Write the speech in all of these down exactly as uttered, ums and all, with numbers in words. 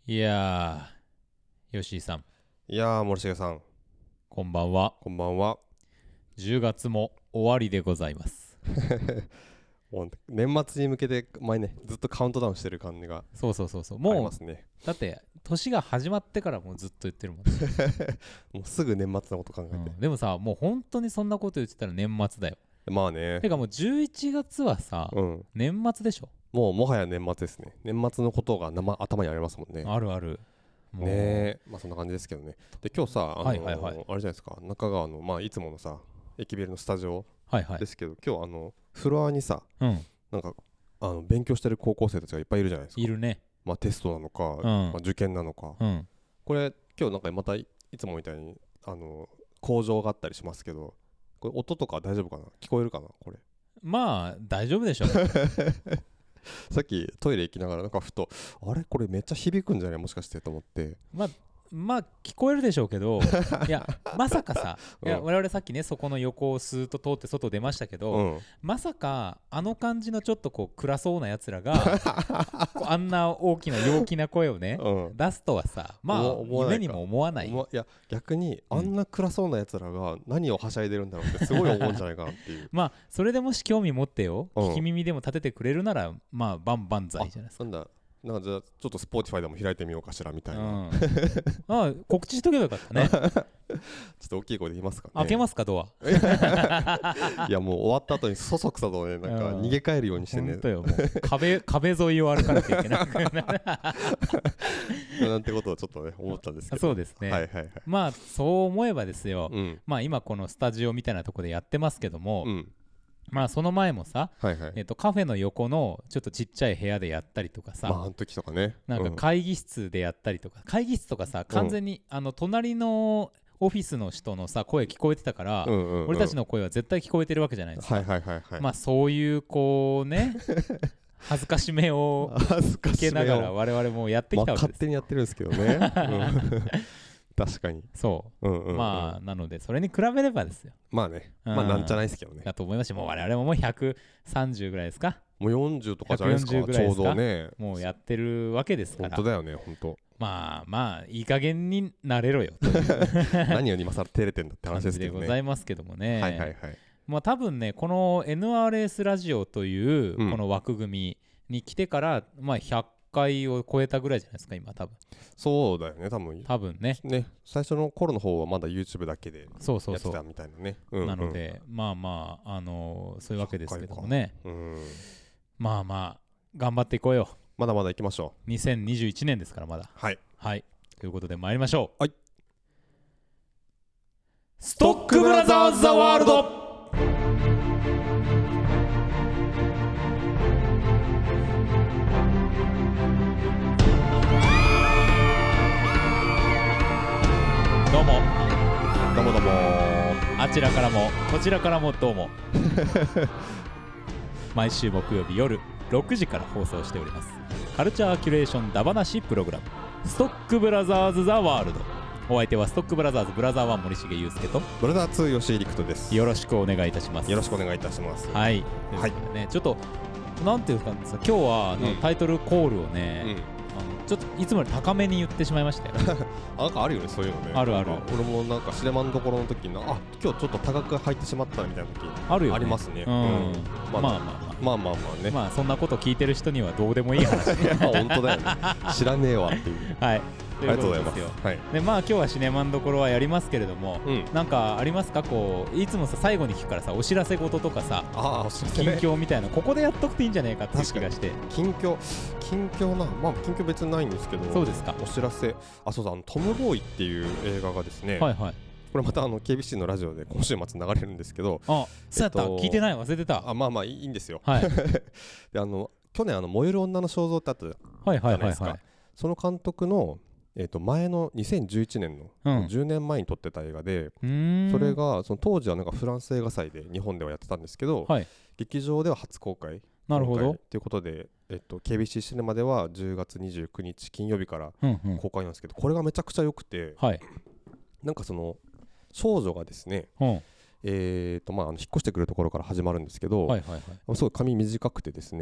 いやー、吉井さん、 いやー、森重さん、 こんばんは。 こんばんは。 じゅうがつも終わりでございます。 もう年末に向けて前ね、ずっとカウントダウンしてる感じがそうそうそうそう。 ありもう、 ますね。 だって、年が始まってからもうずっと言ってるもんね、 もうすぐ年末のこと考えて。 うん。でもさ、もう本当にそんなこと言ってたら年末だよ。 まあね。 てかもうじゅういちがつはさ、 うん。 年末でしょ。 もうもはや年末ですね。年末のことが生頭にありますもんね。 あるある。もうねえ。まあそんな感じですけどね。で、今日さ、あのーはいはいはいあれじゃないですか、中川の、まあいつものさ、駅ビルのスタジオはいはいですけど、今日あの、フロアにさ、 うんなんか、あの勉強してる高校生たちがいっぱいいるじゃないですか。 いるね。 まあテストなのか、 うんまあ、受験なのか。 うんこれ今日なんかまたいつもみたいにあの工場があったりしますけど、これ音とか大丈夫かな、聞こえるかなこれ。 まあ大丈夫でしょ。 さっきトイレ行きながらなんかふと、あれこれめっちゃ響くんじゃないもしかしてと思って。 まあまあ聞こえるでしょうけどいやまさかさ、いやうん我々さっきねそこの横をスーッと通って外出ましたけど、 うんまさかあの感じのちょっとこう暗そうなやつらがこうあんな大きな陽気な声をねうん出すとはさ、まあ思思わないか夢にも思わない。 思わいや逆にあんな暗そうなやつらが何をはしゃいでるんだろうってすごい思うんじゃないかなっていう。 まあそれでもし興味持ってよ、 うん聞き耳でも立ててくれるならまあバンバンザイじゃないですか。 なんだ、なんかじゃあちょっと Spotify でも開いてみようかしらみたいな、 うん、ああ告知しとけばよかったね。 ちょっと大きい声で言いますかね。 開けますかドア。 いやもう終わった後にそそくさとね、なんか逃げ帰るようにしてね、 本当よ、もう壁壁沿いを歩かなきゃいけないなんてことをちょっとね思ったんですけど。 そうですね、 はいはいはい。 まあそう思えばですよ、 うんまあ今このスタジオみたいなところでやってますけども、 うんまあその前もさ、 はいはい。 えっと、カフェの横のちょっとちっちゃい部屋でやったりとかさ、 まああの時とかね。 なんか会議室でやったりとか、会議室とかさ完全にあの隣のオフィスの人のさ声聞こえてたから、 うんうんうん、 俺たちの声は絶対聞こえてるわけじゃないですか。 はいはいはいはい。 まあそういうこうね恥ずかしめを恥ずか受しめをけながら我々もやってきたわけまあ、 です。 勝手にやってるんですけどね。うん確かに。 そう、 うんうんうん、 まあなのでそれに比べればですよ。 まあね、 うんまあなんじゃないですけどね。 だと思いますし、もう我々ももうひゃくさんじゅうぐらいですか。 もうよんじゅうとかじゃないですか。 ひゃくよんじゅうぐらいですかちょうどね。 もうやってるわけですから本当だよね本当。 まあまあいい加減になれろよと何より今更照れてんだって感じで話ですけどね。 ございますけどもね。 はいはいはい。 まあ多分ねこの エヌアールエス ラジオといううんこの枠組みに来てからまあひゃっかいを超えたぐらいじゃないですか今多分。 そうだよね多分。 多分ね。 ね、最初の頃の方はまだ YouTube だけでそうそうそうやってたみたいなね。うんうん、 なのでまあまああのーそういうわけですけどもね。 うん、 まあまあ頑張っていこうよ。 まだまだ行きましょうにせんにじゅういちねんですからまだ。 はいはいということで参りましょう。 はい。 ストックブラザーズ・ザ・ワールド。どうもどうもどうもあちらからもこちらからもどうも毎週木曜日夜ろくじから放送しておりますカルチャーキュレーションダバなしプログラムストックブラザーズ・ザ・ワールド。お相手はストックブラザーズブラザーワン森重裕介とブラザーツー吉井陸斗です。 よろしくお願いいたします。 よろしくお願いいたします。 はいということでね、ちょっとなんていうかさ今日はあの、 うんタイトルコールをね、 うん、 あのちょっといつもより高めに言ってしまいましたよあなんかあるよねそういうのね。 あるあるなんか俺もなんかシネマンどころの時にあ今日ちょっと高く入ってしまったみたいな時あるよねありますね。 うん、まあまあまあまあまあまあね。 まあそんなこと聞いてる人にはどうでもいい話いや本当だよね。知らねえわっていう。 はいありがとうございます。 ということですよ。 はい。 でまあ今日はシネマンどころはやりますけれども、 うん。 なんかありますかこういつもさ最後に聞くからさお知らせ事とかさああお知らせ近ね。 況みたいなここでやっとくといいんじゃないかっていう気がして。 近況近況なまあ近況別にないんですけど。 そうですか。 お知らせあそうだあのトムボーイっていう映画がですね。 はいはい。 これまたあの ケービーシー のラジオで今週末流れるんですけど。 あそうやった、 えっと聞いてない忘れてた。 あまあまあいいんですよ。 はいであの去年あの燃える女の肖像ってあったじはいはいゃないですか。 はいはい。 その監督のえっと前のにせんじゅういちねんの、 うんじゅうねんまえに撮ってた映画で、 うーんそれがその当時はなんかフランス映画祭で日本ではやってたんですけど、 はい劇場では初公開なるほどということで、えっと、ケービーシー シネマではじゅうがつにじゅうくにち金曜日からうんうん公開なんですけど、これがめちゃくちゃ良くて、 はいなんかその少女がですね、 うんえーとまあ、あの引っ越してくるところから始まるんですけど、 はいはいはいすごい髪短くてですね、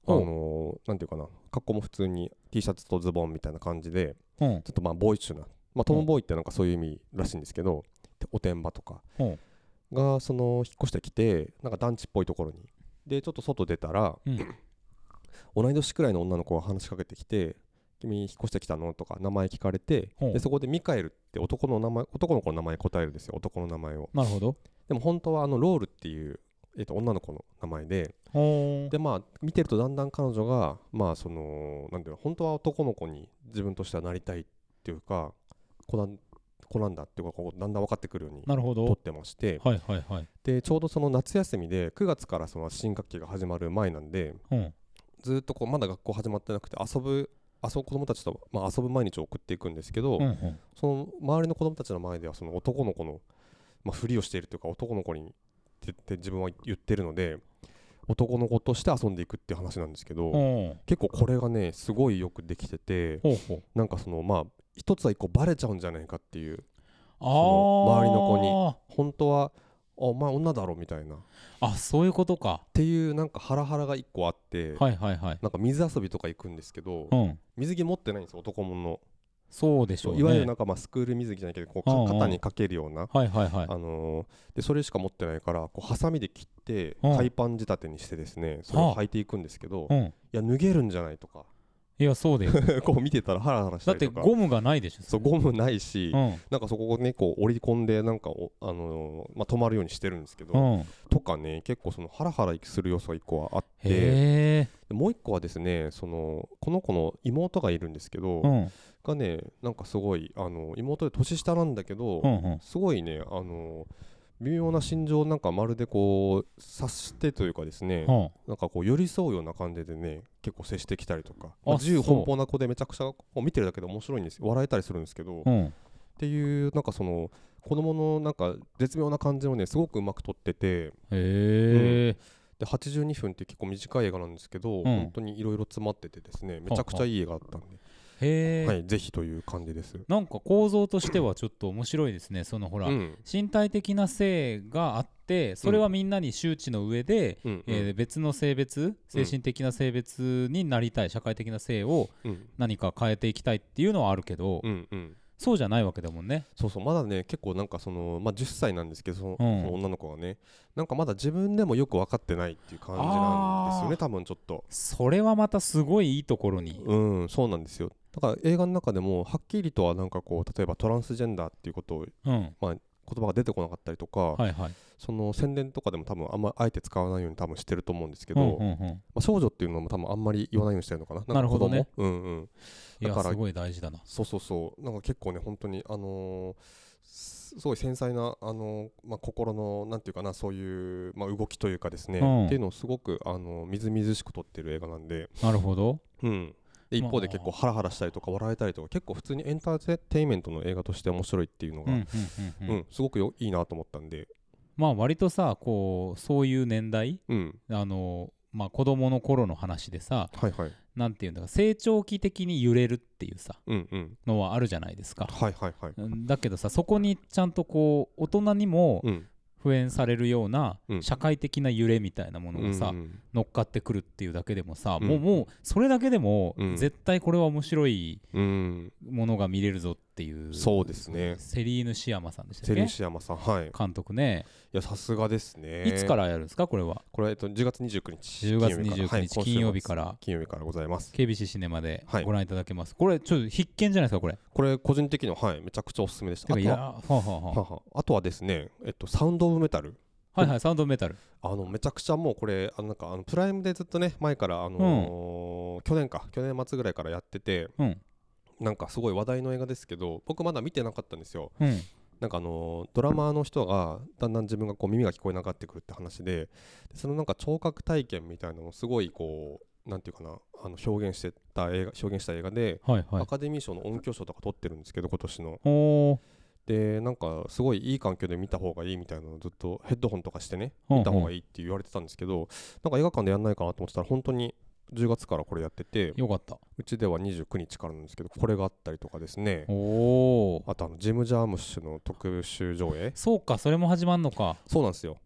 あのー、なんていうかな、格好も普通に T シャツとズボンみたいな感じで、 うん、 ちょっとまあボーイッシュな、まあトムボーイってなんかそういう意味らしいんですけど、おてんばとかがその引っ越してきて、なんか団地っぽいところにでちょっと外出たら、 うん、 同い年くらいの女の子が話しかけてきて、君引っ越してきたのとか名前聞かれて、でそこでミカエルって男の名前、男の子の名前答えるんですよ、男の名前を。 なるほど。 でも本当はあのロールっていう、えー、と女の子の名前で、でまあ見てるとだんだん彼女がまあそのなんていうの、本当は男の子に自分としてはなりたいっていうか、子なん子なんだっていうか、こうだんだん分かってくるように撮ってまして、 はいはいはい、 でちょうどその夏休みでくがつからその新学期が始まる前なんで、 うん、 ずっとこうまだ学校始まってなくて遊ぶ遊ぶ子供たちと、まあ、遊ぶ毎日を送っていくんですけど、 うんうん、 その周りの子供たちの前ではその男の子の、まあ、ふりをしているというか、男の子にってって自分は言ってるので、男の子として遊んでいくっていう話なんですけど、結構これがねすごいよくできてて、 ほうほう、 なんかそのまあ一つは一個バレちゃうんじゃないかっていう、 あその周りの子に本当はお前女だろみたいな、 あ、そういうことかっていうなんかハラハラが一個あって、 はいはいはい、 なんか水遊びとか行くんですけど、 うん、 水着持ってないんですよ、男物の。 そうでしょうね。 いわゆるなんかまあスクール水着じゃないけど、こうか肩にかけるような、 はいはいはい、 あのーでそれしか持ってないから、こうハサミで切ってうん海パン仕立てにしてですね、それを履いていくんですけど、 うん、 いや脱げるんじゃないとか、 いやそうでこう見てたらハラハラしただっりとか。 てゴムがないでしょ。 そうゴムないし、 うん、 なんかそこをねこう折り込んでなんかお、あのーまあ、止まるようにしてるんですけど、 うん、 とかね、結構そのハラハラする要素がいっこはあって、 へでもういっこはですね、そのこの子の妹がいるんですけど、 ー、うん、 がねなんかすごいあの妹で年下なんだけど、 うんうん、 すごいねあの微妙な心情をなんかまるでこう察してというかですね、 うん、 なんかこう寄り添うような感じでね結構接してきたりとか、 あまあ、自由そう奔放な子でめちゃくちゃこう見てるだけで面白いんですよ、笑えたりするんですけど、っうん、 ていうなんかその子供のなんか絶妙な感じをねすごくうまく撮ってて、 へえ、 ではちじゅうにふんって結構短い映画なんですけど、 うん、 本当にいろいろ詰まっててですね、めちゃくちゃいい映画だったんで、 へえ、 はい、ぜひという感じです。 なんか構造としてはちょっと面白いですね。そのほら、 うん、 身体的な性があってそれはみんなに周知の上で、 うんうんえー別の性別、精神的な性別になりたい、社会的な性をうん何か変えていきたいっていうのはあるけど、 うんうん、 そうじゃないわけだもんね。 そうそう、まだね結構なんかその、まあ、じゅっさいなんですけど、その、 うん、 その女の子がねなんかまだ自分でもよく分かってないっていう感じなんですよね、多分ちょっと。 それはまたすごいいいところに、 うん、そうなんですよ。だから映画の中でもはっきりとはなんかこう例えばトランスジェンダーっていうことを、 うんまあ、言葉が出てこなかったりとか、 はいはい、 その宣伝とかでも多分あんまあえて使わないように多分してると思うんですけど、 うんうんうん、 まあ、少女っていうのも多分あんまり言わないようにしてるのかな。なんかなるほどね。 子供、うんうん、 いやだからすごい大事だな。 そうそうそう、なんか結構ね本当にあのーすすごい繊細な、あのーまあ、心のなんていうかな、そういう、まあ、動きというかですね、 うんっていうのをすごく、あのーみずみずしく撮ってる映画なんで、 なるほど。 うんで一方で結構ハラハラしたりとか笑えたりとか、結構普通にエンターテインメントの映画として面白いっていうのが、 うんうんうんうん、 うん、すごくよいいなと思ったんで、 まあ割とさこうそういう年代、 うん、 あのまあ子供の頃の話でさ、 はいはい、 なんていうんだか成長期的に揺れるっていうさうんうん、 のはあるじゃないですか。 はいはいはい、 うんだけどさ、そこにちゃんとこう大人にもうん普遍されるようなうん社会的な揺れみたいなものがさ、 うんうん乗っかってくるっていうだけでもさ、 うんもうもうそれだけでもうん絶対これは面白いうんものが見れるぞっていう、 そうですね、 セリーヌ・シアマさんでしたっセリけ、 シヤマさん、はい、い監督ね。 やさすがですね。 いつからやるんですかこれは。 これは、えっと、じゅうがつにじゅうくにち、 じゅうがつにじゅうくにちはい金曜日から今週末金曜日からございます。 ケービーシー シネマではいご覧いただけます。これちょっと必見じゃないですかこれ。 これ個人的には、はい、めちゃくちゃおすすめでした。あとはてかいやはあはあはははあとはですね、えっと、サウンド・オブ・メタル、 あはいはい、サウンドメタル。 あのめちゃくちゃもうこれあのなんかあのプライムでずっとね前から、あのー去年か去年末ぐらいからやってて、 うんなんかすごい話題の映画ですけど、僕まだ見てなかったんですよ。 うんなんかあのードラマーの人がだんだん自分がこう耳が聞こえなくなってくるって話で、でそのなんか聴覚体験みたいなのをすごいこうなんていうかな、あの表現してた映画表現した映画で、 はいはいアカデミー賞の音響賞とか取ってるんですけど今年の。 おーでなんかすごいいい環境で見た方がいいみたいなのをずっとヘッドホンとかしてねうんうん見た方がいいって言われてたんですけど、なんか映画館でやんないかなと思ってたら本当にじゅうがつからこれやってて、 よかった。 うちではにじゅうくにちからなんですけど、これがあったりとかですね、 おお、 あとあのジム・ジャームッシュの特集上映、 そうかそれも始まんのか。 そうなんですよ。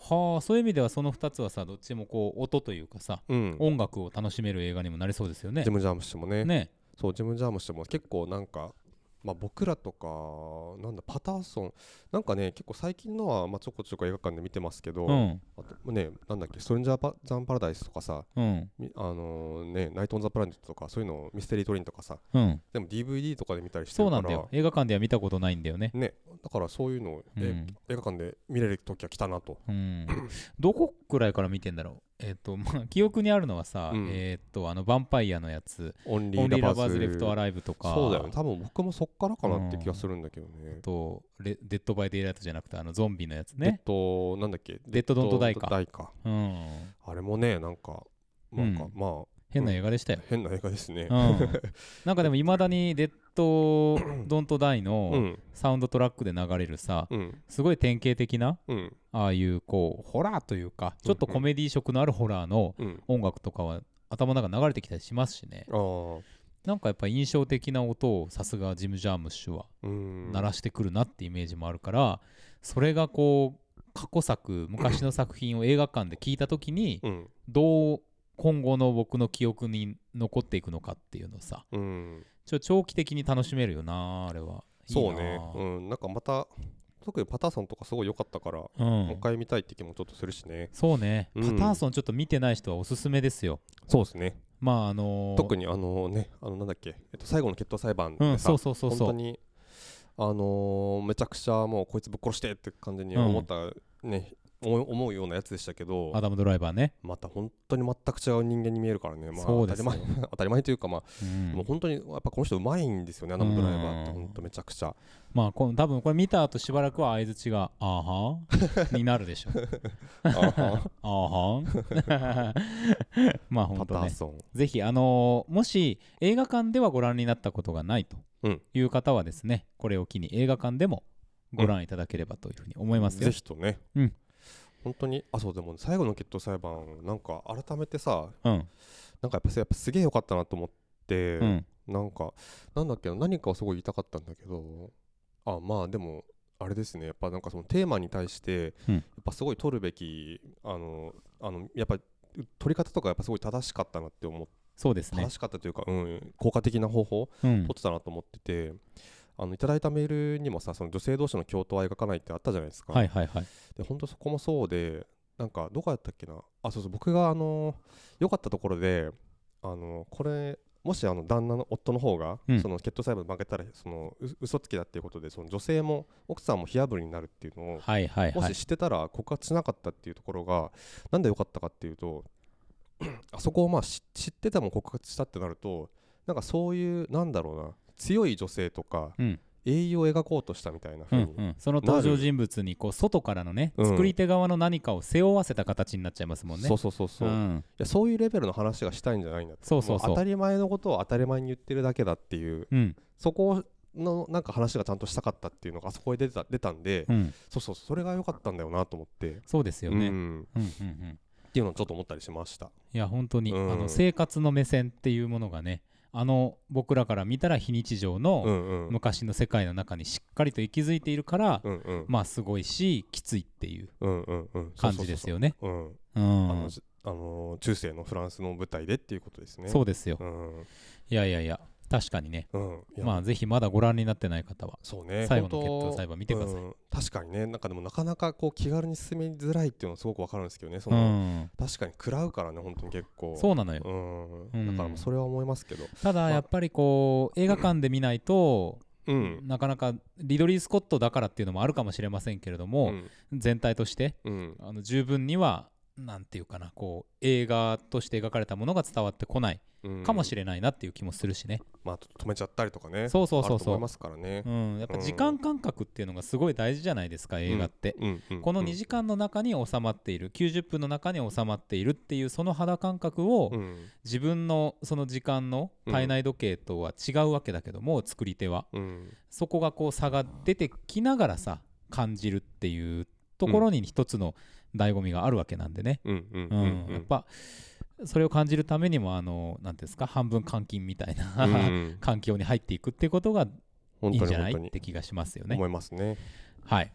はあ、そういう意味ではそのふたつはさ、どっちもこう音というかさ、 うん、 音楽を楽しめる映画にもなりそうですよね。 ジム・ジャームシもね。 ね。 そう、ジム・ジャームシも結構なんか、まあ、僕らとかなんだパターソンなんかね結構最近のはまあちょこちょこ映画館で見てますけど、 うん、 あとねなんだっけストレンジャーパザンパラダイスとかさ、 うん、 みあのーねナイト・オン・ザ・プラネットとかそういうのミステリー・トレインとかさ、 うん。 でも ディーブイディー とかで見たりしてそうるからなんだよ。映画館では見たことないんだよね。 ね、だからそういうのを、えうん映画館で見れる時は来たなと。 うん、どこくらいから見てんだろう。えっ、と、まあ、記憶にあるのはさ、 うんえっ、と、あの、ヴァンパイアのやつ、 オンリー・オンリー・ラバーズ・ラバーズ・レフト・アライブとか、 そうだよね多分僕もそっからかなって気がするんだけどね。 あとレ、デッド・バイ・デイ・ライトじゃなくて、あの、ゾンビのやつデッね。 ドなんだっけデッド・ドント・ダイか。 ダイかうん。 あれもねなんかなんか、 うんまあ変な映画でしたよ。 変な映画ですね。 うん、なんかでもいまだにデッド・ドント・ダイうのんサウンドトラックで流れるさ、 うんすごい典型的なうんああいうこうホラーというかちょっとコメディ色のあるホラーのうん音楽とかは頭の中に流れてきたりしますしね。 ああなんかやっぱ印象的な音をさすがジム・ジャームッシュはうん鳴らしてくるなってイメージもあるから、それがこう過去作昔の作品を映画館で聞いた時にうんどう今後の僕の記憶に残っていくのかっていうのをさ、 うんちょ長期的に楽しめるよなあれは。いいなそうねうんなんかまた特にパターソンとかすごい良かったから、 うん、 もう一回見たいって気もちょっとするしね。 そうね、 うんパターソンちょっと見てない人はおすすめですよ。 そうですね。 まああのー、 特にあのねあのなんだっけ、えっと、最後の決闘裁判うん、 でさ、 そうそうそうそう本当にあのーめちゃくちゃもうこいつぶっ殺してって感じに思ったね、思う思うようなやつでしたけど、 アダム・ドライバーね。 また本当に全く違う人間に見えるからね、まあ、 そうですよ当たり前当たり前というか、まあうんもう本当にやっぱこの人うまいんですよね、アダム・ドライバーって本当めちゃくちゃ。 まあこの多分これ見た後しばらくは相づちが「あーはー」になるでしょあはあーはーまあ本当ねパターソンぜひあのーもし映画館ではご覧になったことがないとうんいう方はですね、これを機に映画館でもご覧いただければというふうに思いますよ。 ぜひとね、 うん本当にあそうでも最後の決闘裁判なんか改めてさうんなんかやっぱやっぱすげえ良かったなと思って、 うんなんかなんだっけな何かをすごい言いたかったんだけど、あまあでもあれですね、やっぱなんかそのテーマに対して、 うんやっぱすごい取るべきあのあのやっぱ取り方とかやっぱすごい正しかったなって思って、 そうですね正しかったというか、うん、効果的な方法をうん取ってたなと思ってて、あのいただいたメールにもさ、その女性同士の共闘は描かないってあったじゃないですか。 はいはいはいで本当そこもそうで、なんかどこやったっけなあそうそう僕があの良かったところで、あのこれもしあの旦那の夫の方が、 うんその決闘裁判で負けたらそのう嘘つきだっていうことで、その女性も奥さんも火あぶりになるっていうのを、 はいはいはいもし知ってたら告発しなかったっていうところがなんで良かったかっていうとあそこをまあ知知ってても告発したってなると、なんかそういうなんだろうな強い女性とかうん英雄を描こうとしたみたいな風に、 うんうん、その登場人物にこう外からのね、 うん作り手側の何かを背負わせた形になっちゃいますもんね。 そうそうそうそう、いん、 やそういうレベルの話がしたいんじゃないんだって、 そうそうそうも当たり前のことを当たり前に言ってるだけだっていう、 うんそこのなんか話がちゃんとしたかったっていうのがあそこで出た出たんで、 うん、 そうそうそれが良かったんだよなと思ってそうですよね。 ううんんうんうん、 っていうのをちょっと思ったりしました。 いや本当に、 うんあの生活の目線っていうものがね、あの僕らから見たら非日常うのんうん昔の世界の中にしっかりと息づいているから、 うんうんまあすごいしきついっていううんうんうん感じですよね。 そうそうそうううんあのん、 じあのー中世のフランスの舞台でっていうことですね。 そうですよ。 うんいやいやいや確かにね、 うんいやまあぜひまだご覧になってない方はそうね最後の本当決闘裁判見てください。 うん確かにね、なんかでもなかなかこう気軽に進みづらいっていうのはすごくわかるんですけどね、その、 うん、 確かに食らうからね本当に結構そうなのよ。 うんうんだからもうそれは思いますけど、 ただやっぱりこう映画館で見ないとうんなかなかリドリー・スコットだからっていうのもあるかもしれませんけれども、全体としてうんあの十分にはなんていうかな、こう映画として描かれたものが伝わってこないうんかもしれないなっていう気もするしね。 まあ止めちゃったりとかね、 そうそうそうそうあると思いますからねう。ん、やっぱ時間感覚っていうのがすごい大事じゃないですか、映画って。 うんうんこのにじかんの中に収まっている、きゅうじゅっぷんの中に収まっているっていうその肌感覚をうん自分のその時間の体内時計とは違うわけだけども、作り手はうんそこがこう差が出てきながらさ感じるっていうところに一つの醍醐味があるわけなんでね。 うんうんううんんやっぱそれを感じるためにもあのなんていうんですか、半分監禁みたいな、 うん環境に入っていくっていうことがい本いんじゃない当に本当にって気がしますよね。 思いますね。 はい。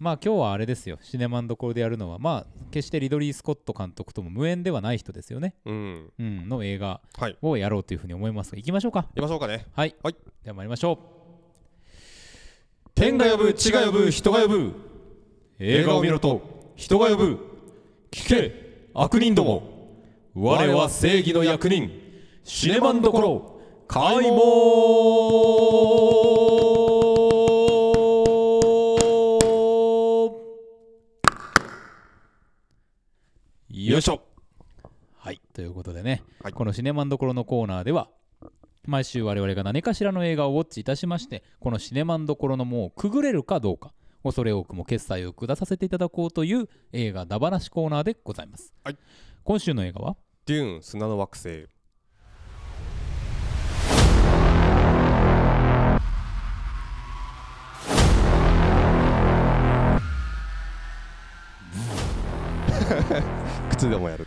まあ今日はあれですよ、シネマンどころでやるのはまあ決してリドリー・スコット監督とも無縁ではない人ですよね、 うんうん、の映画はいをやろうというふうに思いますが、行きましょうか。 行きましょうかね。 はい、 はい、 では参りましょう。 天が呼ぶ地が呼ぶ人が呼ぶ、 映画を見ろと人が呼ぶ、聞け悪人ども、我は正義の役人、シネマンどころ開門。よいしょ。はい、ということでね、はい、このシネマンどころのコーナーでは毎週我々が何かしらの映画をウォッチいたしまして、このシネマンどころの門をくぐれるかどうか、恐れ多くも決済を下させていただこうという映画だばなしコーナーでございます、 はい、 今週の映画はデューン砂の惑星。靴でもやる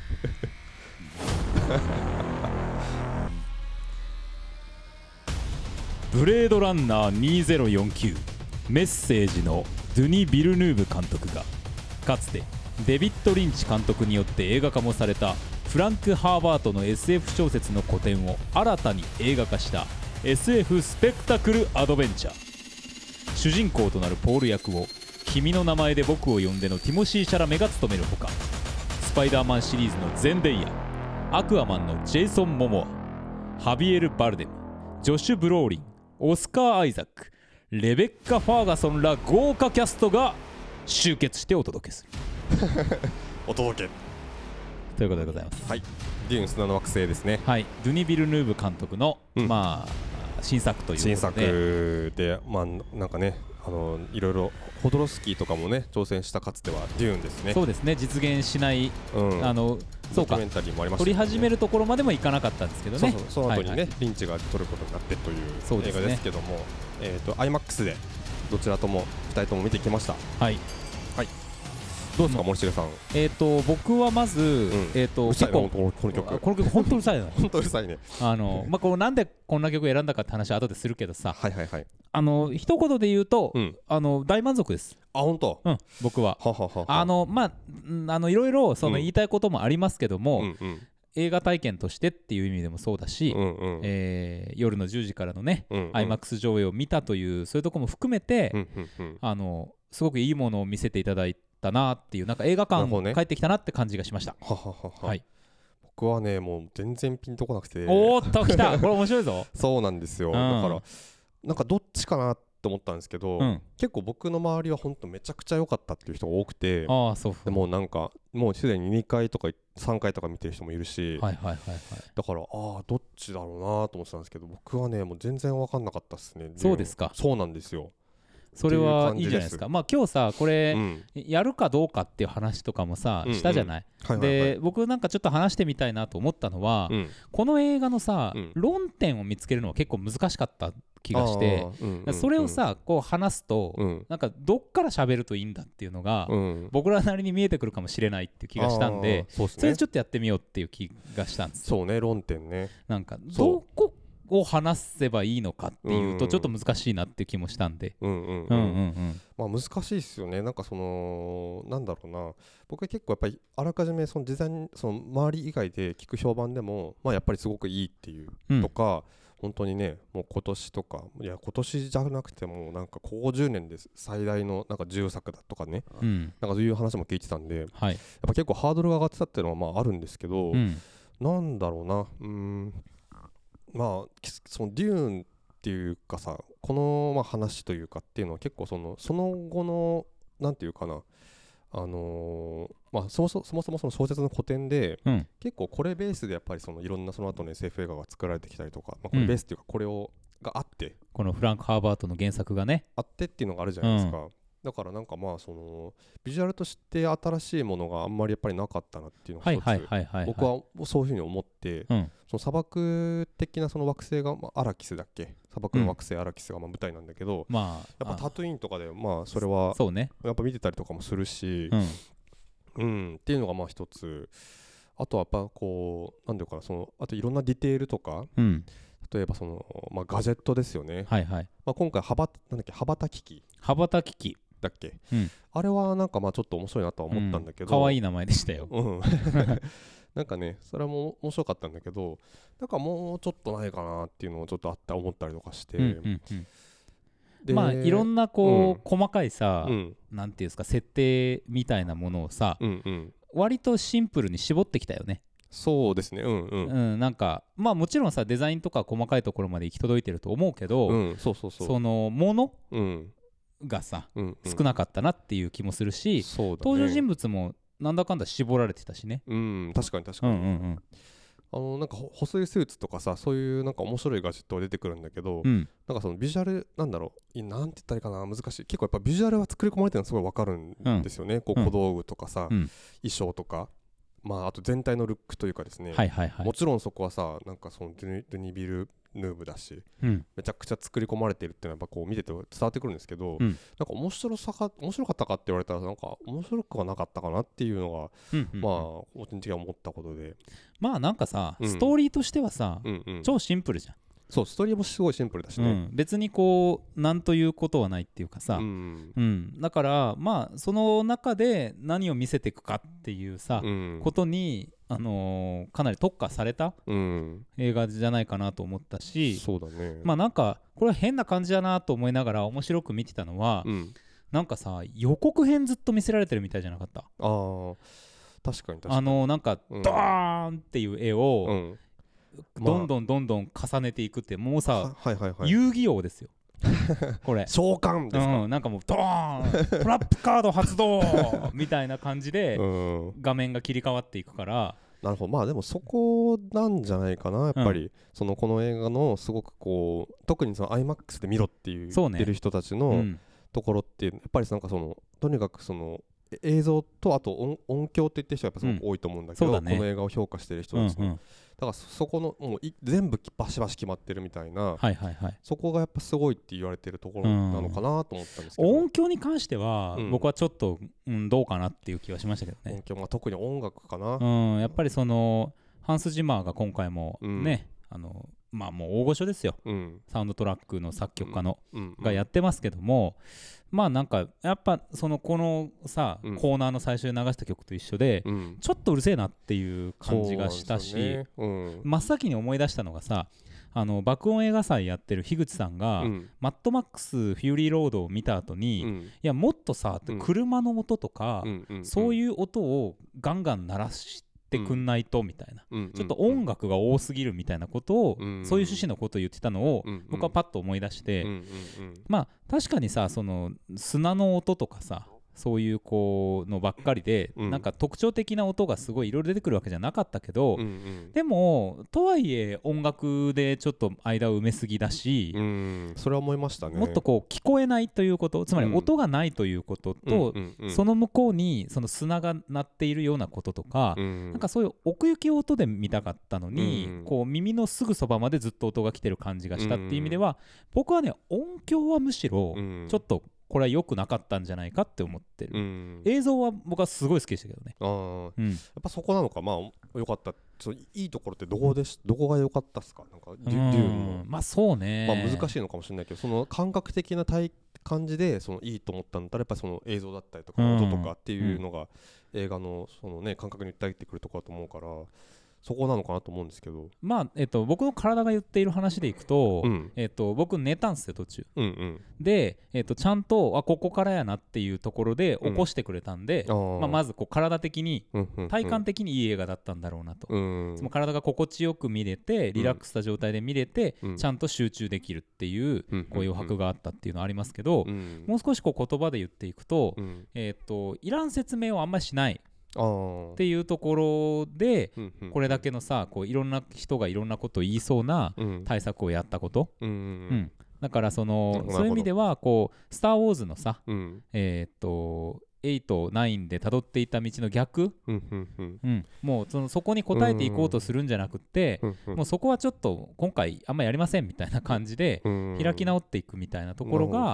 ブレードランナーにせんよんじゅうきゅうメッセージのドゥニ・ビルヌーブ監督がかつてデビッド・リンチ監督によって映画化もされたフランク・ハーバートの エスエフ 小説の古典を新たに映画化した エスエフ スペクタクル・アドベンチャー。主人公となるポール役を君の名前で僕を呼んでのティモシー・シャラメが務めるほか、スパイダーマンシリーズのゼンデイヤ、アクアマンのジェイソン・モモア、ハビエル・バルデム、ジョシュ・ブローリン、オスカー・アイザック、レベッカ・ファーガソンら豪華キャストが集結してお届けするお届けということでございます。 はい、デューン砂の惑星ですね。 はい、ドゥニ・ビルヌーブ監督の、うん、まあ新作ということで、 新作で、まあなんかね、あのいろいろホドロスキーとかもね挑戦したかつてはデューンですね。 そうですね、実現しない、うん、あのそうか、 ドキュメンタリーもありましたね、 撮り始めるところまでもいかなかったんですけどね。 そうそう、その後にね、はいはい、リンチが撮ることになってという映画ですけども、ね、えーと アイマックス でどちらともふたりとも見てきました。 はいはい、どうですか森重さん。 えーと僕はまず、うん、えーと結構この曲この曲本当うるさいの本当うるさいね。 あのまあこうなんでこんな曲選んだかって話は後でするけどさ、 はいはいはい、 あの一言で言うと、うん、あの大満足です。 あ、本当。 うん、僕は。 はははあのまああのいろいろその言いたいこともありますけども、うんうんうん、映画体験としてっていう意味でもそうだし、うんうん、えー、夜のじゅうじからのね、うんうん、アイマックス 上映を見たというそういうところも含めて、うんうんうん、あのすごくいいものを見せていただいたなっていう、なんか映画館、ね、帰ってきたなって感じがしました。 はははは、はい、僕はねもう全然ピンとこなくて。 おーっときたこれ面白いぞそうなんですよ、うん、だからなんかどっちかなって思ったんですけど、うん、結構僕の周りは本当めちゃくちゃ良かったっていう人が多くて、 あ、そうでもなんかもうすでににかいとかさんかいとか見てる人もいるし、 はいはいはいはい、 だからああどっちだろうなと思ってたんですけど、僕はねもう全然分かんなかったですね。 そうですか。 そうなんですよ。 それはいいじゃないですか。まあ今日さこれ、うん、やるかどうかっていう話とかもさ、うんうん、したじゃない、はいはいはい、で僕なんかちょっと話してみたいなと思ったのは、うん、この映画のさ、うん、論点を見つけるのは結構難しかった気がして、うんうん、それをさこう話すと、うん、なんかどっから喋るといいんだっていうのが、うん、僕らなりに見えてくるかもしれないっていう気がしたんで、 そ, ね、それちょっとやってみようっていう気がしたんです。 そうね、論点ね。なんかどこを話せばいいのかっていうとちょっと難しいなっていう気もしたんで、 まあ難しいですよね。なんかそのなんだろうな、僕は結構やっぱりあらかじめその事前にその周り以外で聞く評判でもまあやっぱりすごくいいっていうとか、うん、本当にねもう今年とかいや今年じゃなくてもなんかここじゅうねんで最大のなんか自由作だとかね、うん、なんかそういう話も聞いてたんで、はい、やっぱ結構ハードルが上がってたっていうのはまああるんですけど、うん、なんだろうな、うーんまあそのデューンっていうかさ、このまあ話というかっていうのは結構そのその後のなんていうかな、あのー、まあそもそもそもそもその小説の古典で、うん、結構これベースでやっぱりそのいろんなその後の エスエフ 映画が作られてきたりとか、まあ、これベースっていうかこれを、うん、があってこのフランク・ハーバートの原作がねあってっていうのがあるじゃないですか、うん、だからなんかまあそのビジュアルとして新しいものがあんまりやっぱりなかったなっていうのが一つ僕はそういうふうに思って、うん、その砂漠的なその惑星が、まあ、アラキスだっけ、砂漠の惑星アラキスがまあ舞台なんだけど、うん、やっぱタトゥインとかでまあそれはやっぱ見てたりとかもするし、うん、うん、っていうのがまあ一つ。あとはやっぱこうなんていうかな、そのあといろんなディテールとか、うん、例えばその、まあ、ガジェットですよね、はいはい、まあ、今回羽ばなんだっけ羽ばたき機羽ばたき機だっけ、 うん、 あれはなんかまあちょっと面白いなとは思ったんだけど、 可愛い名前でしたよ。 うんなんかねそれも面白かったんだけど、なんかもうちょっとないかなっていうのをちょっとあった思ったりとかして、 うんうんうん、 でまあいろんなこう、 うん、 細かいさ、 うん、 なんていうんですか設定みたいなものをさ、 うんうん、 割とシンプルに絞ってきたよね。 そうですね、うんうん、 うん、なんかまあもちろんさデザインとか細かいところまで行き届いてると思うけど、 うん、そうそうそう、 そのものうんがさ、 うんうん、 少なかったなっていう気もするし、 そうだね、 登場人物もなんだかんだ絞られてたしね。 うん、確かに確かに、 うんうんうん、 あのなんか補正スーツとかさ、そういうなんか面白いガジェットが出てくるんだけど、 うん、 なんかそのビジュアルなんだろう、いなんて言ったらいいかな、難しい。結構やっぱビジュアルは作り込まれてるのすごいわかるんですよね、うん、こう小道具とかさ、うん、衣装とか、まああと全体のルックというかですね、 はいはいはい、 もちろんそこはさ、なんかそのドゥニビルヌーブだし、うん、めちゃくちゃ作り込まれてるっていうのはやっぱこう見てて伝わってくるんですけど、うん、なんか面白さか面白かったかって言われたらなんか面白くはなかったかなっていうのが、うんうんうん、まあ個人的には思ったことで、 まあなんかさ、うん、ストーリーとしてはさ、うんうん、超シンプルじゃん。 そうストーリーもすごいシンプルだしね、うん、 別にこうなんということはないっていうかさ、うんうん、だからまあその中で何を見せていくかっていうさ、うん、ことにあのー、かなり特化された映画じゃないかなと思ったし、 そうだね、 まあなんかこれは変な感じだなと思いながら面白く見てたのは、うん、なんかさ予告編ずっと見せられてるみたいじゃなかった？ あー確かに確かに、 あのー、なんかドーンっていう絵を、うんどんどんどんどん重ねていくって、もうさ、はいはいはい、遊戯王ですよこれ召喚ですか、 うん、なんかもうドーントラップカード発動みたいな感じで画面が切り替わっていくから、 なるほど、まあでもそこなんじゃないかなやっぱり、うん、そのこの映画のすごくこう特にその アイマックス で見ろっていう言ってる人たちのところってやっぱりなんかそのとにかくその映像とあと 音, 音響って言ってる人はやっぱすごく多いと思うんだけど、うんね、この映画を評価してる人たちの、うんうん、だからそこのもう全部バシバシ決まってるみたいな、 はいはいはい、 そこがやっぱすごいって言われてるところなのかなと思ったんですけど、 うん、音響に関しては僕はちょっと、うん、どうかなっていう気はしましたけどね。 音響、まあ、特に音楽かな、 うん、やっぱりそのハンス・ジマーが今回もね、うん、あのまあもう大御所ですよ、うん、サウンドトラックの作曲家の、うん、がやってますけども、まあなんかやっぱそのこのさ、うん、コーナーの最初で流した曲と一緒で、うん、ちょっとうるせえなっていう感じがしたし、ねうん、真っ先に思い出したのがさ、あの爆音映画祭やってる樋口さんが、うん、マッドマックスフューリーロードを見た後に、うん、いやもっとさ、うん、車の音とか、うんうんうん、そういう音をガンガン鳴らしてってくんないとみたいな、うん、ちょっと音楽が多すぎるみたいなことを、うん、そういう趣旨のことを言ってたのを、うん、僕はパッと思い出して、うん、まあ確かにさその砂の音とかさそういうこうのばっかりで、うん、なんか特徴的な音がすごいいろいろ出てくるわけじゃなかったけど、うんうん、でもとはいえ音楽でちょっと間を埋めすぎだし、うん、 それは思いましたね。 もっとこう聞こえないということ、つまり音がないということと、うんうん、その向こうにその砂が鳴っているようなこととか、うん、なんかそういう奥行きを音で見たかったのに、うん、こう耳のすぐそばまでずっと音が来てる感じがしたっていう意味では、僕はね音響はむしろちょっとこれは良くなかったんじゃないかって思ってる、うん、映像は僕はすごい好きでしたけどね。 あ、うん、やっぱそこなのか。まあ良かった。そういいところってどこでしどこが良かったっすか。なんかデューンのまあそうね、 まあ難しいのかもしれないけど、その感覚的な体感じでそのいいと思ったんだったらやっぱりその映像だったりとか音とかっていうのが映画のそのね感覚に訴えてくるところだと思うから、そこなのかなと思うんですけど、 まあえっと、僕の体が言っている話でいくと、うんえっと、僕寝たんですよ途中、うんうん、で、えっと、ちゃんとあここからやなっていうところで起こしてくれたんで、うんまあ、まずこう体的に、うんうんうん、体感的にいい映画だったんだろうなと、うん、その体が心地よく見れてリラックスした状態で見れて、うん、ちゃんと集中できるっていう、うん、こう余白があったっていうのはありますけど、うん、もう少しこう言葉で言っていくと、うんえっと、いらん説明をあんまりしないっていうところで、うんうん、これだけのさこういろんな人がいろんなことを言いそうな対策をやったこと、うんうんうん、だからそのそういう意味ではこうスター・ウォーズのさ、うん、えー、っとエイト、ナインで辿っていた道の逆、うんうんうんうん、もう そ, のそこに応えていこうとするんじゃなくって、うんうん、もうそこはちょっと今回あんまやりませんみたいな感じで開き直っていくみたいなところが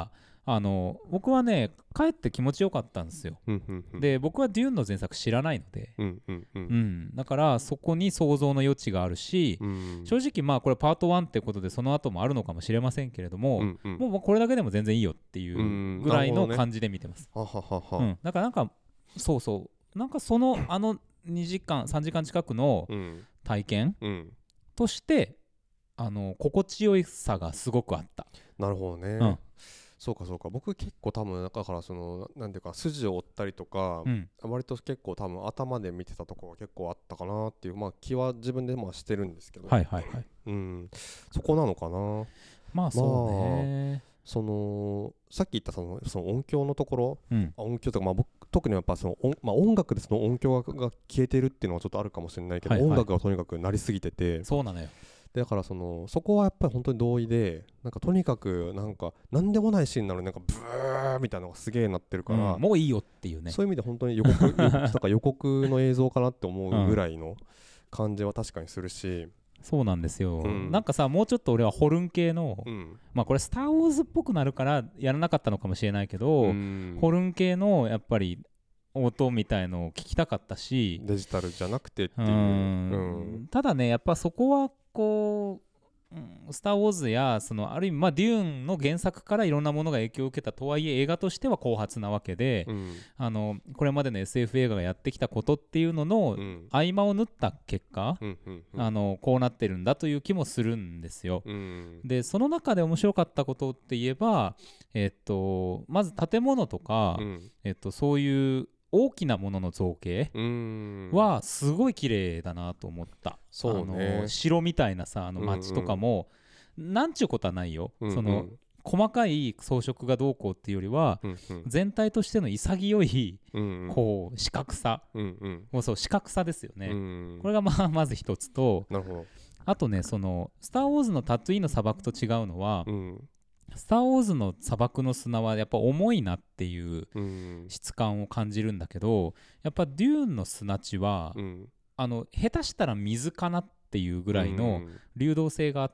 あの僕はねかえって気持ちよかったんですよ、 うんうんうん、 で僕はデューンの前作知らないので、 うんうんうんうん、だからそこに想像の余地があるし、うん、正直まあこれパートワンってことでその後もあるのかもしれませんけれども、うんうん、もうこれだけでも全然いいよっていうぐらいの感じで見てます、 うん、はははは、 うん、だからなんかそうそうなんかそのあのにじかんさんじかん近くの体験としてあの心地よさがすごくあった。 なるほどね、うん、そうかそうか。僕結構多分だからそのなんていうか筋を追ったりとか、うん、割と結構多分頭で見てたところが結構あったかなっていう、まあ、気は自分でまあしてるんですけど、 はいはいはい、 うん、そこなのかな。 まあそうね、まあ、 そのさっき言ったその、その音響のところ、 うん、 音響とか、まあ、僕特にやっぱその音、まあ、音楽でその音響が消えてるっていうのはちょっとあるかもしれないけど、はいはい、音楽がとにかく鳴りすぎてて、 そうなのよ。 だからそのそこはやっぱり本当に同意で、なんかとにかくなんか何でもないシーンなのになんかブーみたいなのがすげえなってるから、 うん、もういいよっていうね、 そういう意味で本当に予告なんか予告の映像かなって思うぐらいの感じは確かにするし、うん、 そうなんですよ、うん、なんかさもうちょっと俺はホルン系の、うん、まあこれスターウォーズっぽくなるからやらなかったのかもしれないけど、うん、ホルン系のやっぱり音みたいのを聞きたかったし、 デジタルじゃなくてっていう、うんうん、ただねやっぱそこはこう、うん、スター・ウォーズやそのある意味、まあ、デューンの原作からいろんなものが影響を受けたとはいえ映画としては後発なわけで、うん、あのこれまでの エスエフ 映画がやってきたことっていうのの合間を縫った結果、うんうんうん、あのこうなってるんだという気もするんですよ、うん、でその中で面白かったことって言えば、えっと、まず建物とか、うんえっと、そういう大きなものの造形はすごい綺麗だなと思った。そうね、あの城みたいなさあの街とかも、うんうん、なんちゅうことはないよ、うんうん、その細かい装飾がどうこうっていうよりは、うんうん、全体としての潔い、うんうん、こう四角さ、うんうん、もうそう四角さですよね、うんうん、これがまあまず一つと、なるほど。あとねそのスター・ウォーズのタトゥイーンの砂漠と違うのは、うんスター・ウォーズの砂漠の砂はやっぱ重いなっていう質感を感じるんだけど、やっぱデューンの砂地は、うん、あの下手したら水かなっていうぐらいの流動性があって、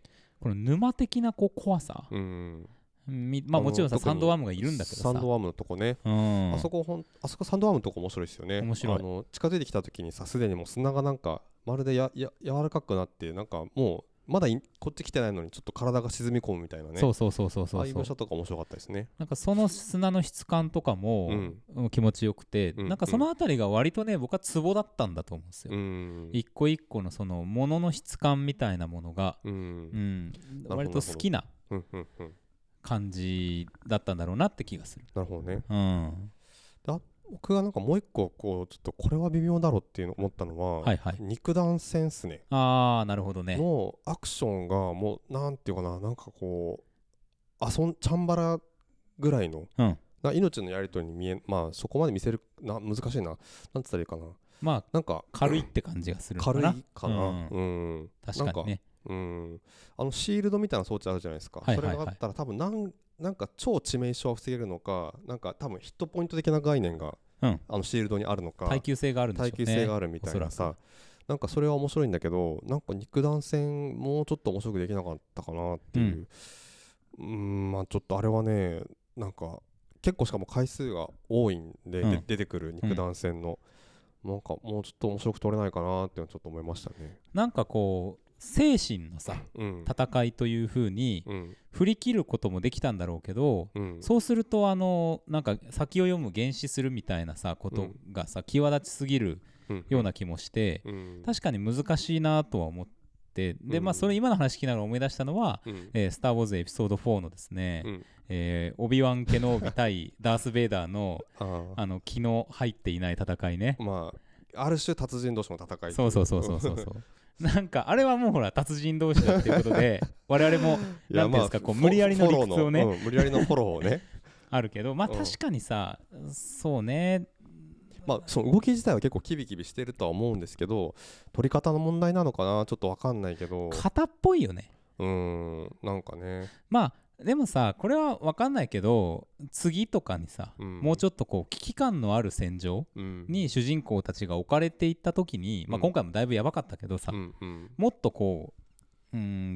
この沼的なこう怖さ、うんまあもちろんさサンドワームがいるんだけどさ、 サンドワームのとこね、うん、あそこほんあそこサンドワームのとこ面白いですよね。 面白い。 あの近づいてきた時にさすでにもう砂がなんかまるでやや柔らかくなって、なんかもうまだこっち来てないのにちょっと体が沈み込むみたいなね。 そうそうそうそうそう。 ああいう描写とか面白かったですね。 なんかその砂の質感とかも、うん、気持ちよくて、うん、なんかそのあたりが割とね僕はツボだったんだと思うんですよ、うん、一個一個のそのものの質感みたいなものが、うんうん、割と好きな感じだったんだろうなって気がする。 なるほどね、 うん、 あ僕がなんかもう一個こうちょっとこれは微妙だろうっていうの思ったのは、はいはい、肉弾戦っすね。 ああなるほどね。 のアクションがもうなんていうかな、なんかこう遊んチャンバラぐらいの、うん、な命のやり取りに見え、まあそこまで見せるな難しいな、なんて言ったらいいかな、 まあなんか軽いって感じがするのかな。 軽いかな、うん、うん、 確かにね。 うん、あのシールドみたいな装置あるじゃないですか、はいはいはい、それがあったら多分なんなんか超致命傷は防げるのか、なんか多分ヒットポイント的な概念が、うん、あのシールドにあるのか、 耐久性があるんでしょうね。 耐久性があるみたいなさ、なんかそれは面白いんだけど、なんか肉弾戦もうちょっと面白くできなかったかなっていう、うん、うんまあちょっとあれはね、なんか結構しかも回数が多いんで、うん、で出てくる肉弾戦の、うん、なんかもうちょっと面白く撮れないかなっていうのはちょっと思いましたね。 なんかこう精神のさ、うん、戦いという風に振り切ることもできたんだろうけど、うん、そうするとあのなんか先を読む原始するみたいなさことがさ、うん、際立ちすぎるような気もして、うん、確かに難しいなとは思って、でまあそれ今の話聞きながら思い出したのは、うんえー、スター・ウォーズエピソードフォーのですね、うんえー、オビワン・ケノービ対ダース・ベイダーのあの気の入っていない戦いね。 まあある種達人同士の戦い。 そうそうそうそうそうそうなんかあれはもうほら達人同士だっていうことで我々も何ていうんですか、こう無理やりの理屈をね、 うん、無理やりのフォローをねあるけど、まあ確かにさ、うん、そうね、 まあその動き自体は結構キビキビしてるとは思うんですけど、取り方の問題なのかな、ちょっと分かんないけど、 型っぽいよね。 うーんなんかね、 まあでもさこれは分かんないけど次とかにさ、うん、もうちょっとこう危機感のある戦場に主人公たちが置かれていった時に、うんまあ、今回もだいぶやばかったけどさ、うんうん、もっとこう、うん、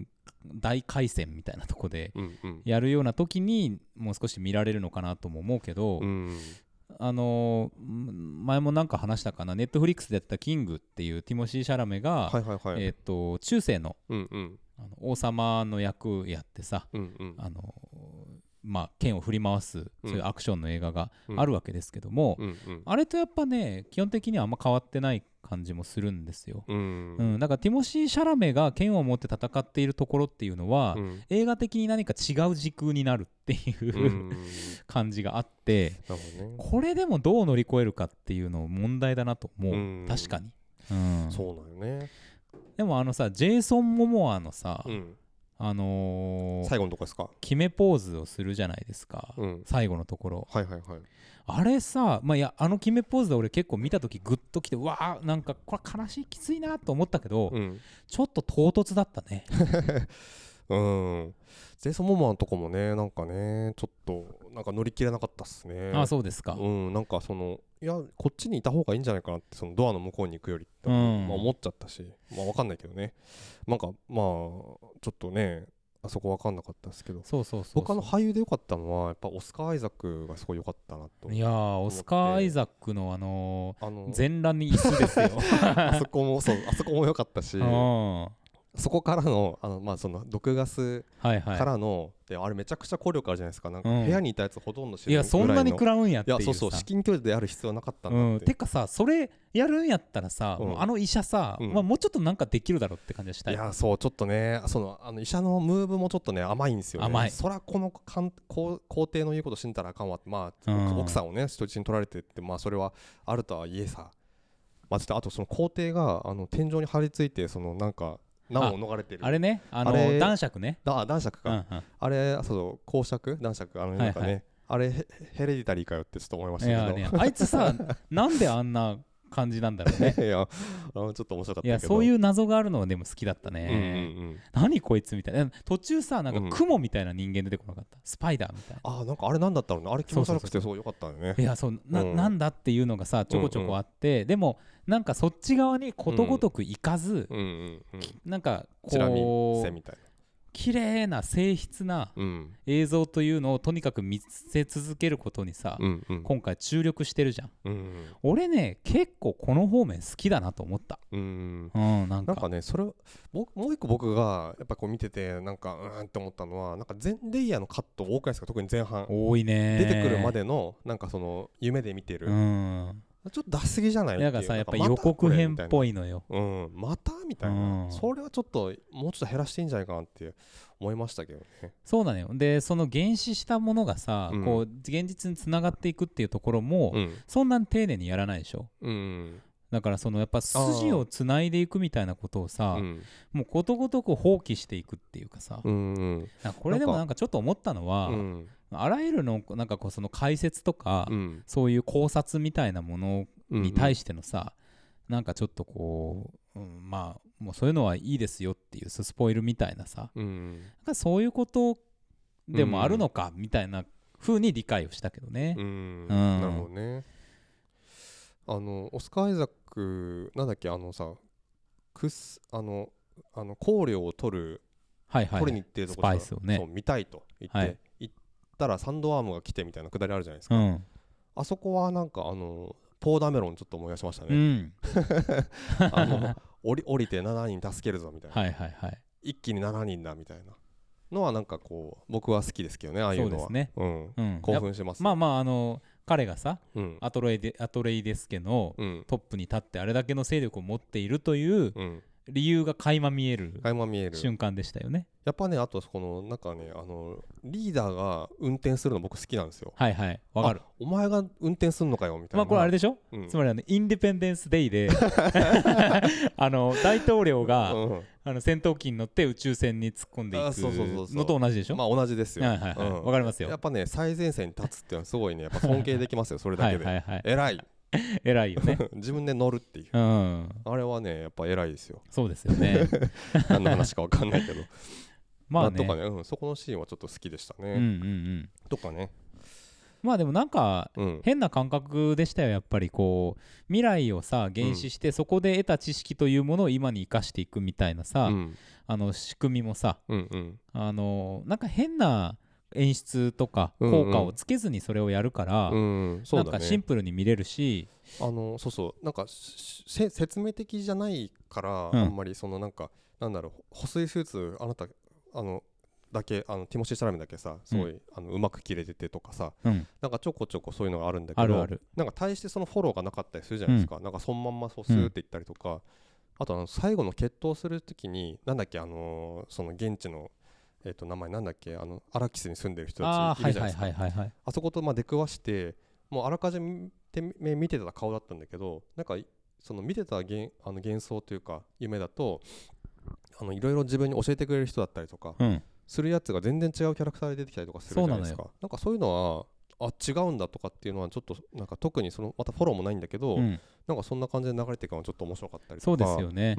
大回戦みたいなとこでうんうんやるような時にもう少し見られるのかなとも思うけど、 うんあのー前もなんか話したかな、ネットフリックスでやったキングっていうティモシー・シャラメが、 はいはいはいえー、と中世の、 うんうんあの王様の役やってさ、 うんうんあのまあ、剣を振り回すそういうアクションの映画がうんあるわけですけども、 うんうんあれとやっぱね基本的にはあんま変わってない感じもするんですよ、 うんうん、だからティモシー・シャラメが剣を持って戦っているところっていうのは、 うん映画的に何か違う時空になるっていう、 うん感じがあって、 なるほどねこれでもどう乗り越えるかっていうの問題だなと思う、 うん確かに、うん、 そうなんよねでもあのさジェイソン・モモアのさ、 うんあのー最後のとこですか決めポーズをするじゃないですか、 うん最後のところはいはいはいあれさ、まあ、いやあの決めポーズで俺結構見た時グッときてうわーなんかこれ悲しいきついなと思ったけど、 うんちょっと唐突だったねうんジェイソン・モモアのとこもねなんかねちょっとなんか乗り切れなかったっすねああそうですか、 うんなんかそのいやこっちにいた方がいいんじゃないかなってそのドアの向こうに行くよりって、 うんまあ、思っちゃったしまあわかんないけどねなんかまあちょっとねあそこわかんなかったですけどそうそうそうそう僕あの俳優でよかったのはやっぱオスカー・アイザックがすごい良かったなといやーオスカー・アイザックのあのあのー、全裸に椅子ですよあそこもそうあそこも良かったしうんそこからのあのまあその毒ガスはいはいからの、であれめちゃくちゃ効力あるじゃないですかなんかうん部屋にいたやつほとんど死ぬいやそんなに食らうんやっていうさいやそうそう至近距離でやる必要なかったんうん、 だって、 てかさそれやるんやったらさ、 うんもうあの医者さ、 うんまあ、もうちょっとなんかできるだろうって感じがしたいいやそうちょっとねそのあの医者のムーブもちょっとね甘いんですよね甘いそらこのかん皇皇帝の言うこと信じたらあかんわってまあ、 うん奥さんをね人質に取られてってまあそれはあるとはいえさまあちょっとあとその皇帝があの天井に張り付いてそのなんか難を逃れてるあれねあのあれ男爵ねだ男爵か、 うんうんあれそう公爵男爵あのなんかね、 はいはいあれヘヘレディタリーかよってちょっと思いましたけどいやねあいつさなんであんな感じなんだろうねいやあのちょっと面白かったけどいやそういう謎があるのはでも好きだったね、 うんうんうん何こいつみたいな途中さなんうんか雲みたいな人間出てこなかった、スパイダーみたいなあーなんかあれなんだったろうねあれ気持ち悪くてすごい良かったよねいやそうな,、 うんなんだっていうのがさちょこちょこあって、でもなんかそっち側にことごとくいかず、 うんうんうんなんかチラ見こうせみたい綺麗な静筆ななうん映像というのをとにかく見せ続けることにさ、 うんうん今回注力してるじゃん。 うん俺ね結構この方面好きだなと思った。 うんうんなんかなんかねそれ僕もう一個僕がやっぱこう見ててなんかうーんって思ったのはなんか全レイヤーのカット多くないですか特に前半多いね出てくるまでのなんかその夢で見てるうんちょっと出しすぎじゃないっていうだからさやっぱなんかまた予告編っぽいいのよ。 うんまたみたいな、 うんそれはちょっともうちょっと減らしていいんじゃないかなって思いましたけどねそうだね。でその原始したものがさ、 うんこう現実につながっていくっていうところも、 うんそんなに丁寧にやらないでしょ。 うんだからそのやっぱ筋をつないでいくみたいなことをさ、 うんもうことごとく放棄していくっていうかさ、 うんうんなんかこれでもなんかちょっと思ったのは、 うんあらゆるのなんかこうその解説とか、 うんそういう考察みたいなものに対ししてのさ、なんかちょっとこう、うん、まあもうそういうのはいいですよっていうスポイルみたいなさ、 てうんなんかそういうことでもあるのかみたいな風に理解をしたけどね。 うんうんなるほどねあのオスカー・アイザックなんだっけあのさクスあのあの香料を取るはいはい、 取りに行ってるとスこパイスをねそう見たいと言って、 はい行ったらサンドワームが来てみたいなくだりあるじゃないですか、 うん、 あそこはなんかあのポーダメロンちょっと思い出しましたうね、 ん、 あの降り降りてしちにん助けるぞみたいな、 はいはいはい一気にしちにんだみたいなのはなんかこう僕は好きですけどねああいうのはそうですね、 うんうん、 興奮します、 まあまああの彼がさうんアトレイデアトレイデス家のうんトップに立ってあれだけの勢力を持っているといううん理由が垣間見える垣間見える瞬間でしたよね。 やっぱねあとこのなんかねあのリーダーが運転するの僕好きなんですよはいはいわかる。 あお前が運転すんのかよみたいなまあこれあれでしょ、 うんつまりあのインディペンデンス・デイであの大統領が、 うんあの戦闘機に乗って宇宙船に突っ込んでいあそうそうそうそうくのと同じでしょ。 まあ同じですよはいはいはいうんわかりますよやっぱね最前線に立つっていうのはすごいねやっぱ尊敬できますよそれだけではいはいはい偉い偉いよね。 自分で乗るっていううんあれはねやっぱ偉いですよそうですよね。 何の話か分かんないけどまあねとかね、うん、そこのシーンはちょっと好きでしたね、 うんうんうんとかねまあでもなんかうん変な感覚でしたよやっぱり。こう未来をさ原始して、そこで得た知識というものを今に生かしていくみたいなさ、 うんあの仕組みもさ、 うんうんあのなんか変な演出とかうんうん効果をつけずにそれをやるから、 うんそうだなんかシンね。 プルに見れるし、 あのそうそうなんかしせ説明的じゃないからうんあんまりそのなんかなんだろう保水スーツあなたあのだけあのティモシー・シャラメだけさすごい、あのうまく切れててとかさ、 うんなんかちょこちょこそういうのがあるんだけど、 あるある。 なんか対してそのフォローがなかったりするじゃないですか、なんかそのまんまそうスーっていったりとか、あとあの最後の決闘するときになんだっけあのーその現地のえっ、と名前なんだっけあのアラキスに住んでる人ああたちいるじゃはいはいないですか。 はいはいはい。 あそことまあ出くわしてもうあらかじめ見てた顔だったんだけど、なんかその見てた幻あの幻想というか夢だとあのいろいろ自分に教えてくれる人だったりとかうんするやつが全然違うキャラクターで出てきたりとかするじゃないですか。な, なんかそういうのはあ違うんだとかっていうのはちょっとなんか特にそのまたフォローもないんだけど、 うん、 なんかそんな感じで流れていくのはちょっと面白かったりとか。 そうですよね、 うん、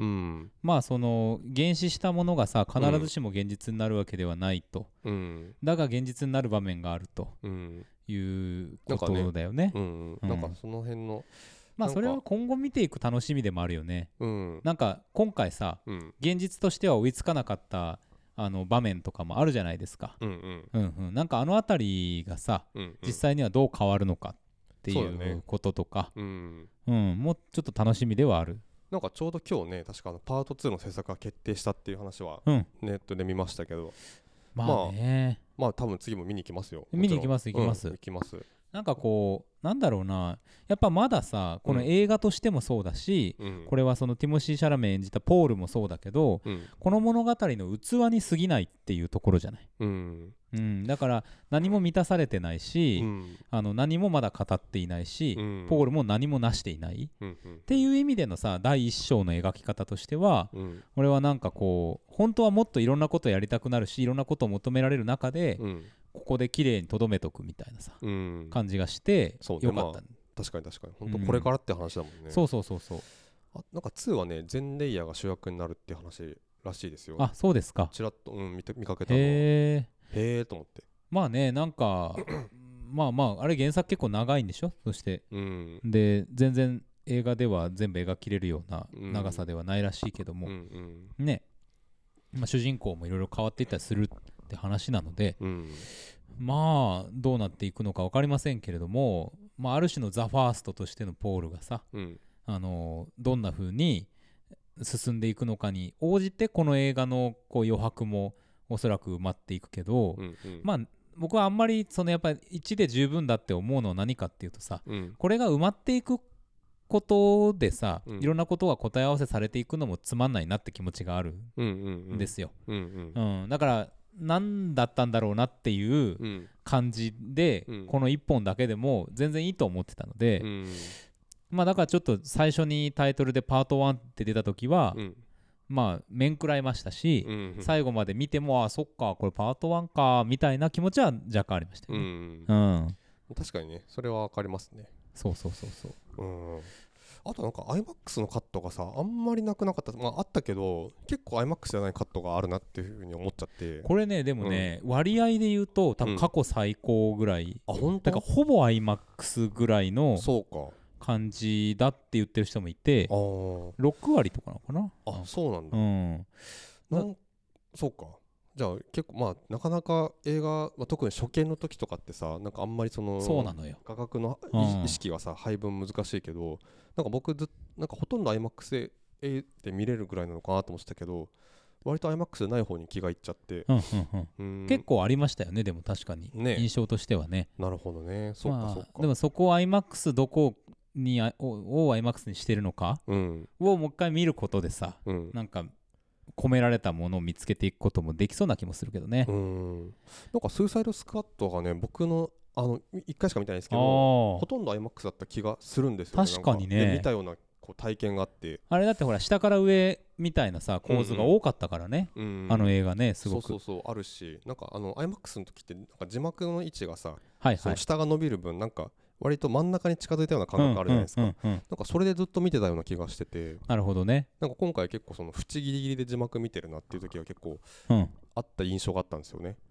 まあその原始したものがさ必ずしも現実になるわけではないと、 うん、 だが現実になる場面があるとうんいうことだよね。 うんうん、なんかその辺のまあそれは今後見ていく楽しみでもあるよね、 うん、 なんか今回さ、うん、現実としては追いつかなかったあの場面とかもあるじゃないですか、うんうんうんうん、なんかあのあたりがさ、うんうん、実際にはどう変わるのかっていうこととか、う、ねうんうん、もうちょっと楽しみではある。 なんかちょうど今日ね確かあのパートツーの制作が決定したっていう話はネットで見ましたけど、うん、 まあねまあ、まあ多分次も見に行きますよ。 見に行きます行きます、 うん、行きます。 なんかこうなんだろうなやっぱまださこの映画としてもそうだし、うん、これはそのティモシー・シャラメ演じたポールもそうだけど、うん、この物語の器に過ぎないっていうところじゃない、うんうん、だから何も満たされてないし、うん、あの何もまだ語っていないし、うん、ポールも何も成していない、うんうん、っていう意味でのさ第一章の描き方としては、うん、俺はなんかこう本当はもっといろんなことやりたくなるしいろんなことを求められる中で、うんここで綺麗にとどめとくみたいなさ、うん、感じがしてよかった、ねまあ、確かに確かに本当これからって話だもんね、 うん、そうそうそうそうあなんかツーはねゼンレイヤーが主役になるっていう話らしいですよ。 あそうですか。 ちらっと、うん、見て見かけたのはへえと思って。 まあねなんかまあまああれ原作結構長いんでしょそして、うん、で全然映画では全部描きれるような長さではないらしいけども、うんうん、ね、まあ、主人公もいろいろ変わっていったりするって話なので、うん、まあどうなっていくのか分かりませんけれども、まあ、ある種のザ・ファーストとしてのポールがさ、うん、あのどんな風に進んでいくのかに応じてこの映画のこう余白もおそらく埋まっていくけど、うんうん、まあ僕はあんまりそのやっぱりいちで十分だって思うのは何かっていうとさ、うん、これが埋まっていくことでさ、うん、いろんなことが答え合わせされていくのもつまんないなって気持ちがあるんですよ、うんうんうん、だから何だったんだろうなっていう感じで、うん、このいっぽんだけでも全然いいと思ってたので、うん、まあだからちょっと最初にタイトルでパートワンって出た時は、うん、まあ面食らいましたし、うんうん、最後まで見てもあそっかこれパートワンかみたいな気持ちは若干ありましたよね、うんうん、 確かにねそれは分かりますね。 そうそうそうそう、うん、 あとなんか アイマックス のカットがさあんまりなくなかった、まああったけど結構 アイマックス じゃないカットがあるなっていう風に思っちゃって、 これねでもね、うん、割合で言うと多分過去最高ぐらい、 うん、あ本当？ だからほぼ アイマックス ぐらいのそうか感じだって言ってる人もいて、あろくわりとかなのかな。 あそうなんだ、うん、なんそうかじゃあ結構まあなかなか映画、まあ、特に初見の時とかってさなんかあんまりそのそうなのよ画角の意識がさ配分難しいけどなんか僕ずなんかほとんど アイマックス で見れるぐらいなのかなと思ってたけど割と アイマックス でない方に気がいっちゃって、うんうんうん、 結構ありましたよねでも確かに、ね、印象としてはね。 なるほどねそうかそうか、 まあ、でもそこを アイマックス どこにを アイマックス にしてるのか、うん、をもう一回見ることでさ、うん、なんか込められたものを見つけていくこともできそうな気もするけどね。 うんなんかスーサイドスクワットがね僕のあのいっかいしか見たいんですけどほとんど アイマックス だった気がするんですよね。 確かにね見たようなこう体験があってあれだってほら下から上みたいなさ構図が多かったからね、うんうん、あの映画ねすごくそうそうそうあるしなんかあの アイマックス の時ってなんか字幕の位置がさ、はいはい、その下が伸びる分なんか割と真ん中に近づいたような感覚あるじゃないですか、うんうんうんうん、なんかそれでずっと見てたような気がしててなるほどねなんか今回結構その縁ギリギリで字幕見てるなっていう時は結構あった印象があったんですよね、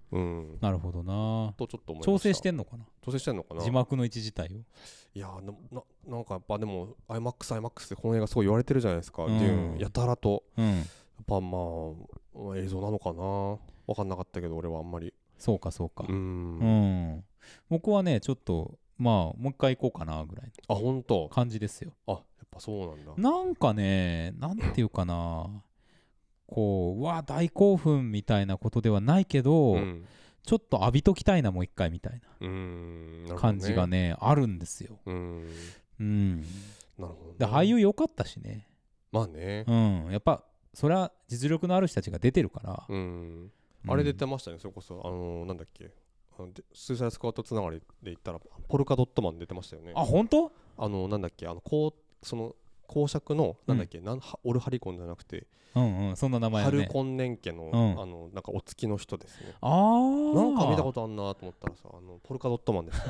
うん、 なるほどな。 とちょっと思いました。 調整してんのかな。 調整してんのかな。 字幕の位置自体を。 いやなななんかやっぱでも アイマックス アイマックス ってこの映画すごい言われてるじゃないですか、 うん、 デューンやたらと、 うん、 やっぱまあ映像なのかな、分かんなかったけど俺はあんまり。 そうかそうか。 うん、 うん、僕はねちょっとまあもう一回行こうかなぐらいあ本当感じですよ。 あやっぱそうなんだ。 なんかねなんていうかな、こううわ大興奮みたいなことではないけど、うん、ちょっと浴びときたいなもう一回みたいな感じが ね, ねあるんですよ。うん、うん、なるほど、ね、で俳優良かったしね。 まあね、 うん、やっぱそれは実力のある人たちが出てるから、 うんうん、あれ出てましたね、それこそあのー、なんだっけスーサイドスクワットつながりで言ったらポルカドットマン出てましたよね。 あ本当？ あのなんだっけあのこうその公爵のなんだっけ、うん、なんオルハリコンじゃなくて、 うんうん、そんな名前ね、 ハルコンネン家の、うん、あのなんかお付きの人ですね。 あーなんか見たことあんなと思ったらさ、あのポルカドットマンです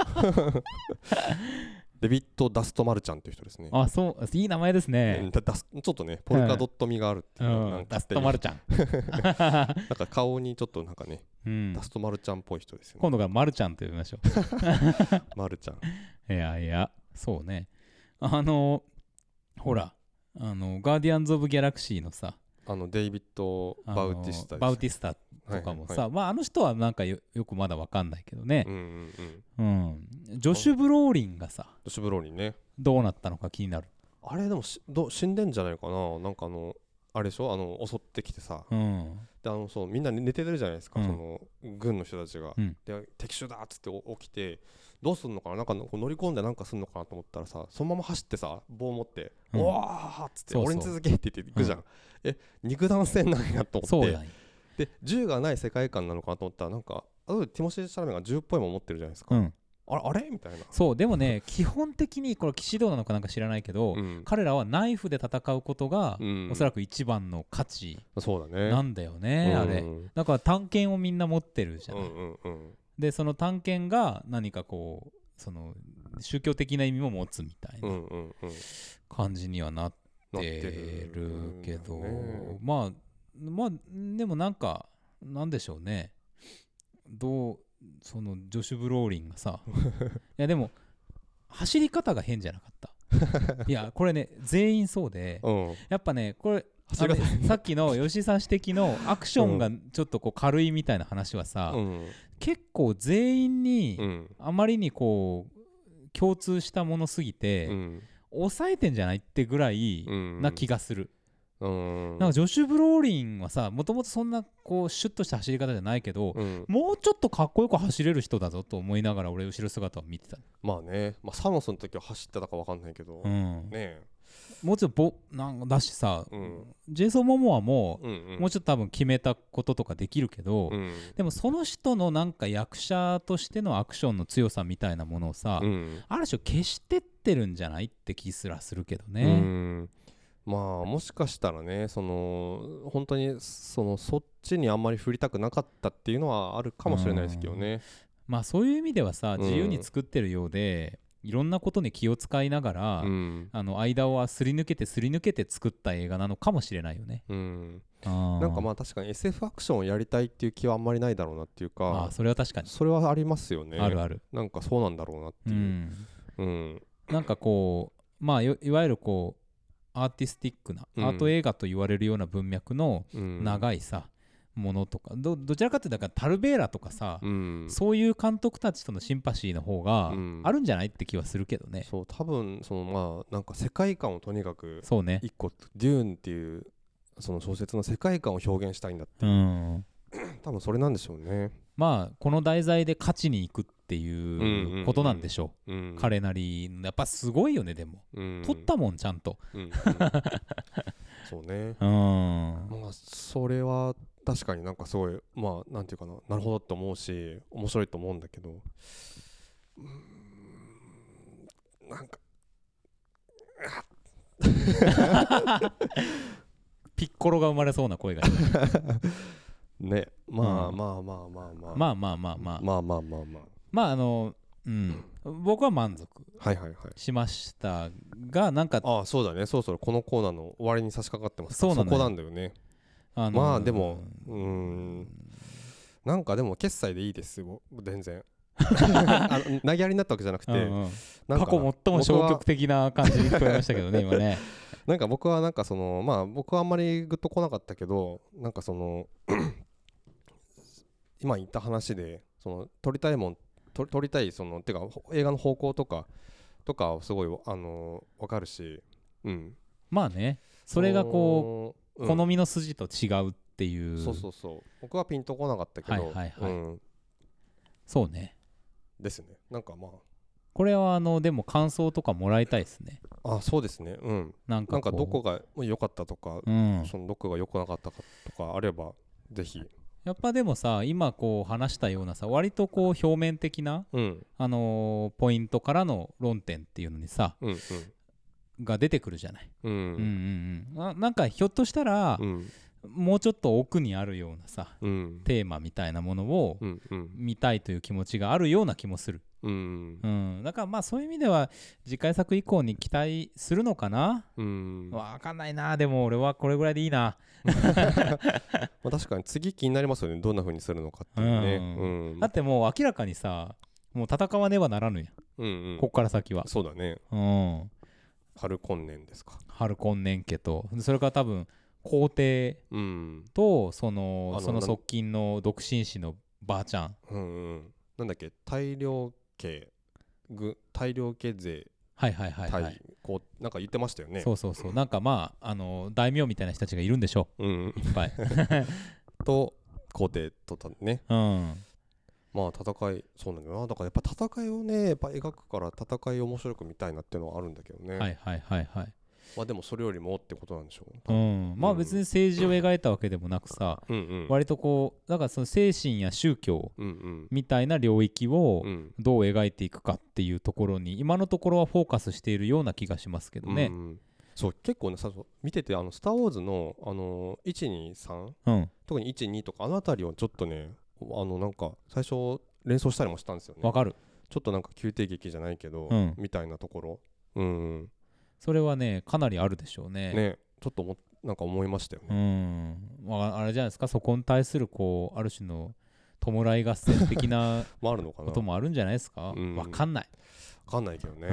デビッド・ダストマルちゃんという人ですね。 あそういい名前ですね。 だだちょっとねポルカドット味があるっていう、うん、なんかダストマルちゃんなんか顔にちょっとなんかね、 うん、 ダストマルちゃんっぽい人ですよね。 今度からマルちゃんと呼びましょうマルちゃん。 いやいやそうね、あのほらあのガーディアンズ・オブ・ギャラクシーのさあのデイビッド・バウティスタバウティスタとかもさ、はいはいはい、まああの人はなんか よ, よくまだ分かんないけどね、うんうんうんうん、ジョシュ・ブローリンがさジョシュ・ブローリンねどうなったのか気になる。 あれでもしど死んでんじゃないかな。なんかあのあれでしょあの襲ってきてさ、うん、であのそうみんな寝てるじゃないですか、うん、その軍の人たちが、うん、で敵襲だっつって起きてどうすんのかな、なんかこう乗り込んでなんかすんのかなと思ったらさ、そのまま走ってさ棒持って、うん、おーっつってそうそう俺に続けって言って行くじゃん、うん、え肉弾戦なんやと思ってそうやんで銃がない世界観なのかなと思ったらなんかティモシー・シャラメが銃っぽいもん持ってるじゃないですか、うん、あれあれみたいな。 そうでもね基本的にこれ騎士道なのかなんか知らないけど、うん、彼らはナイフで戦うことが、うん、おそらく一番の価値なんだよね、うん、あれだから短剣をみんな持ってるじゃない、うんうんうん、でその短剣が何かこうその宗教的な意味も持つみたいな感じにはなってるけど、ね、まあまあでもなんかなんでしょうね、どうそのジョシュ・ブローリンがさいやでも走り方が変じゃなかったいやこれね全員そうで、うん、やっぱねこれさっきの吉井さん指摘のアクションがちょっとこう軽いみたいな話はさ、うん、結構全員にあまりにこう共通したものすぎて、うん、抑えてんじゃないってぐらいな気がする、うん、なんかジョシュ・ブローリンはさもともとそんなこうシュッとした走り方じゃないけど、うん、もうちょっとかっこよく走れる人だぞと思いながら俺後ろ姿を見てた。 まあね、まあ、サノスの時は走ってたか分かんないけど、うん、ねもうちょっとボなんかだしさ、うん、ジェイソン・モモアも、うんうん、もうちょっと多分決めたこととかできるけど、うん、でもその人のなんか役者としてのアクションの強さみたいなものをさ、うん、ある種消してってるんじゃないって気すらするけどね、うんまあもしかしたらねその本当にそのそっちにあんまり振りたくなかったっていうのはあるかもしれないですけどね。 まあそういう意味ではさ自由に作ってるようで、うん、いろんなことに気を使いながら、うん、あの間をすり抜けてすり抜けて作った映画なのかもしれないよね、うん、 なんかまあ確かに エスエフ アクションをやりたいっていう気はあんまりないだろうなっていうか、 あそれは確かにそれはありますよね。 あるあるなんかそうなんだろうなっていう、うんうん、なんかこうまあ い, いわゆるこうアーティスティックな、うん、アート映画と言われるような文脈の長いさ、うん、ものとか ど, どちらかというとだからタルベーラとかさ、うん、そういう監督たちとのシンパシーの方があるんじゃないって気はするけどね、 うん、そう多分そのまあなんか世界観をとにかくそうね一個デューンっていうその小説の世界観を表現したいんだっていう、うん、多分それなんでしょうね。 まあこの題材で勝ちに行くっていうことなんでしょう、うんうん、彼なりやっぱすごいよね。でも、うん、取ったもんちゃんと、うんうん、 そうね、うん、まあそれは確かになんかすごいまあなんていうかななるほどって思うし面白いと思うんだけど、うーんなんかピッコロが生まれそうな声がね、まあまあまあまあまあまあまあまあまあまあまあまあまあまああのうん僕は満足しましたが、なんかああそうだね、そろそろこのコーナーの終わりに差し掛かってます。そうなのよ。そこなんだよね。あのー、まあでもうーんなんかでも決済でいいですよ全然あの投げやりになったわけじゃなくて、 うん、うん、 なんか過去最も消極的な感じに聞こえましたけどね今ね。 なんか僕はなんかそのまあ僕はあんまりグッとこなかったけど、なんかその今言った話でその撮りたいもん撮撮りたいそのてか映画の方向とかとかすごいあの分かるし、うん、 まあねそれがこう、 うん、 好みの筋と違うっていう。 そうそうそう、僕はピンとこなかったけど、 はいはいはい、 うん、そうねですね。なんかまあこれはあのでも感想とかもらいたいですね。 あ、そうですね、うん、 なんかなんかどこが良かったとか、 うん、 そのどこが良くなかったかとかあればぜひ。 やっぱでもさ今こう話したようなさ割とこう表面的な、 うん、 あのー、ポイントからの論点っていうのにさ、 うんうん、 が出てくるじゃない、 うん、うんうんうんな、なんかひょっとしたら、うん、もうちょっと奥にあるようなさ、うん、テーマみたいなものを見たいという気持ちがあるような気もする、うんうん、だからまあそういう意味では次回作以降に期待するのかな、うん、分かんないな。でも俺はこれぐらいでいいなまあ確かに次気になりますよね、どんな風にするのかっていうね、うんうん、 だってもう明らかにさもう戦わねばならぬやん、うんうん、こっから先は。 そうだね、うん、春今年ですか。 春今年家とそれから多分皇帝とその、その側近の独身子のばあちゃん、 うんうん、なんだっけ大量家ぐ大量家税、 はいはいはいはい、 こうなんか言ってましたよね。 そうそうそう、なんかまああの大名みたいな人たちがいるんでしょう、うん、いっぱいと皇帝とたね、うん、まあ戦いそうなんだよな。だからやっぱ戦いをねやっぱ描くから戦いを面白く見たいなっていうのはあるんだけどね。 はいはいはいはい。 まあでもそれよりもってことなんでしょう、うん、まあ別に政治を描いたわけでもなくさ、うん、うん、割とこうだからその精神や宗教みたいな領域をどう描いていくかっていうところに今のところはフォーカスしているような気がしますけどね、うんうん、 そう結構ねさ見ててあのスター・ウォーズの、あのー、いちにさん、うん、特にいちにとかあの辺りをちょっとねあのなんか最初連想したりもしたんですよね。 わかる。 ちょっとなんか宮廷劇じゃないけど、うん、みたいなところ、うん、 それはねかなりあるでしょうね。 ね、ちょっともなんか思いましたよね。 うん、まあ、あれじゃないですか、そこに対するこうある種の弔い合戦的なこともあるんじゃないですか。わかんない。 わかんないけどね。うん。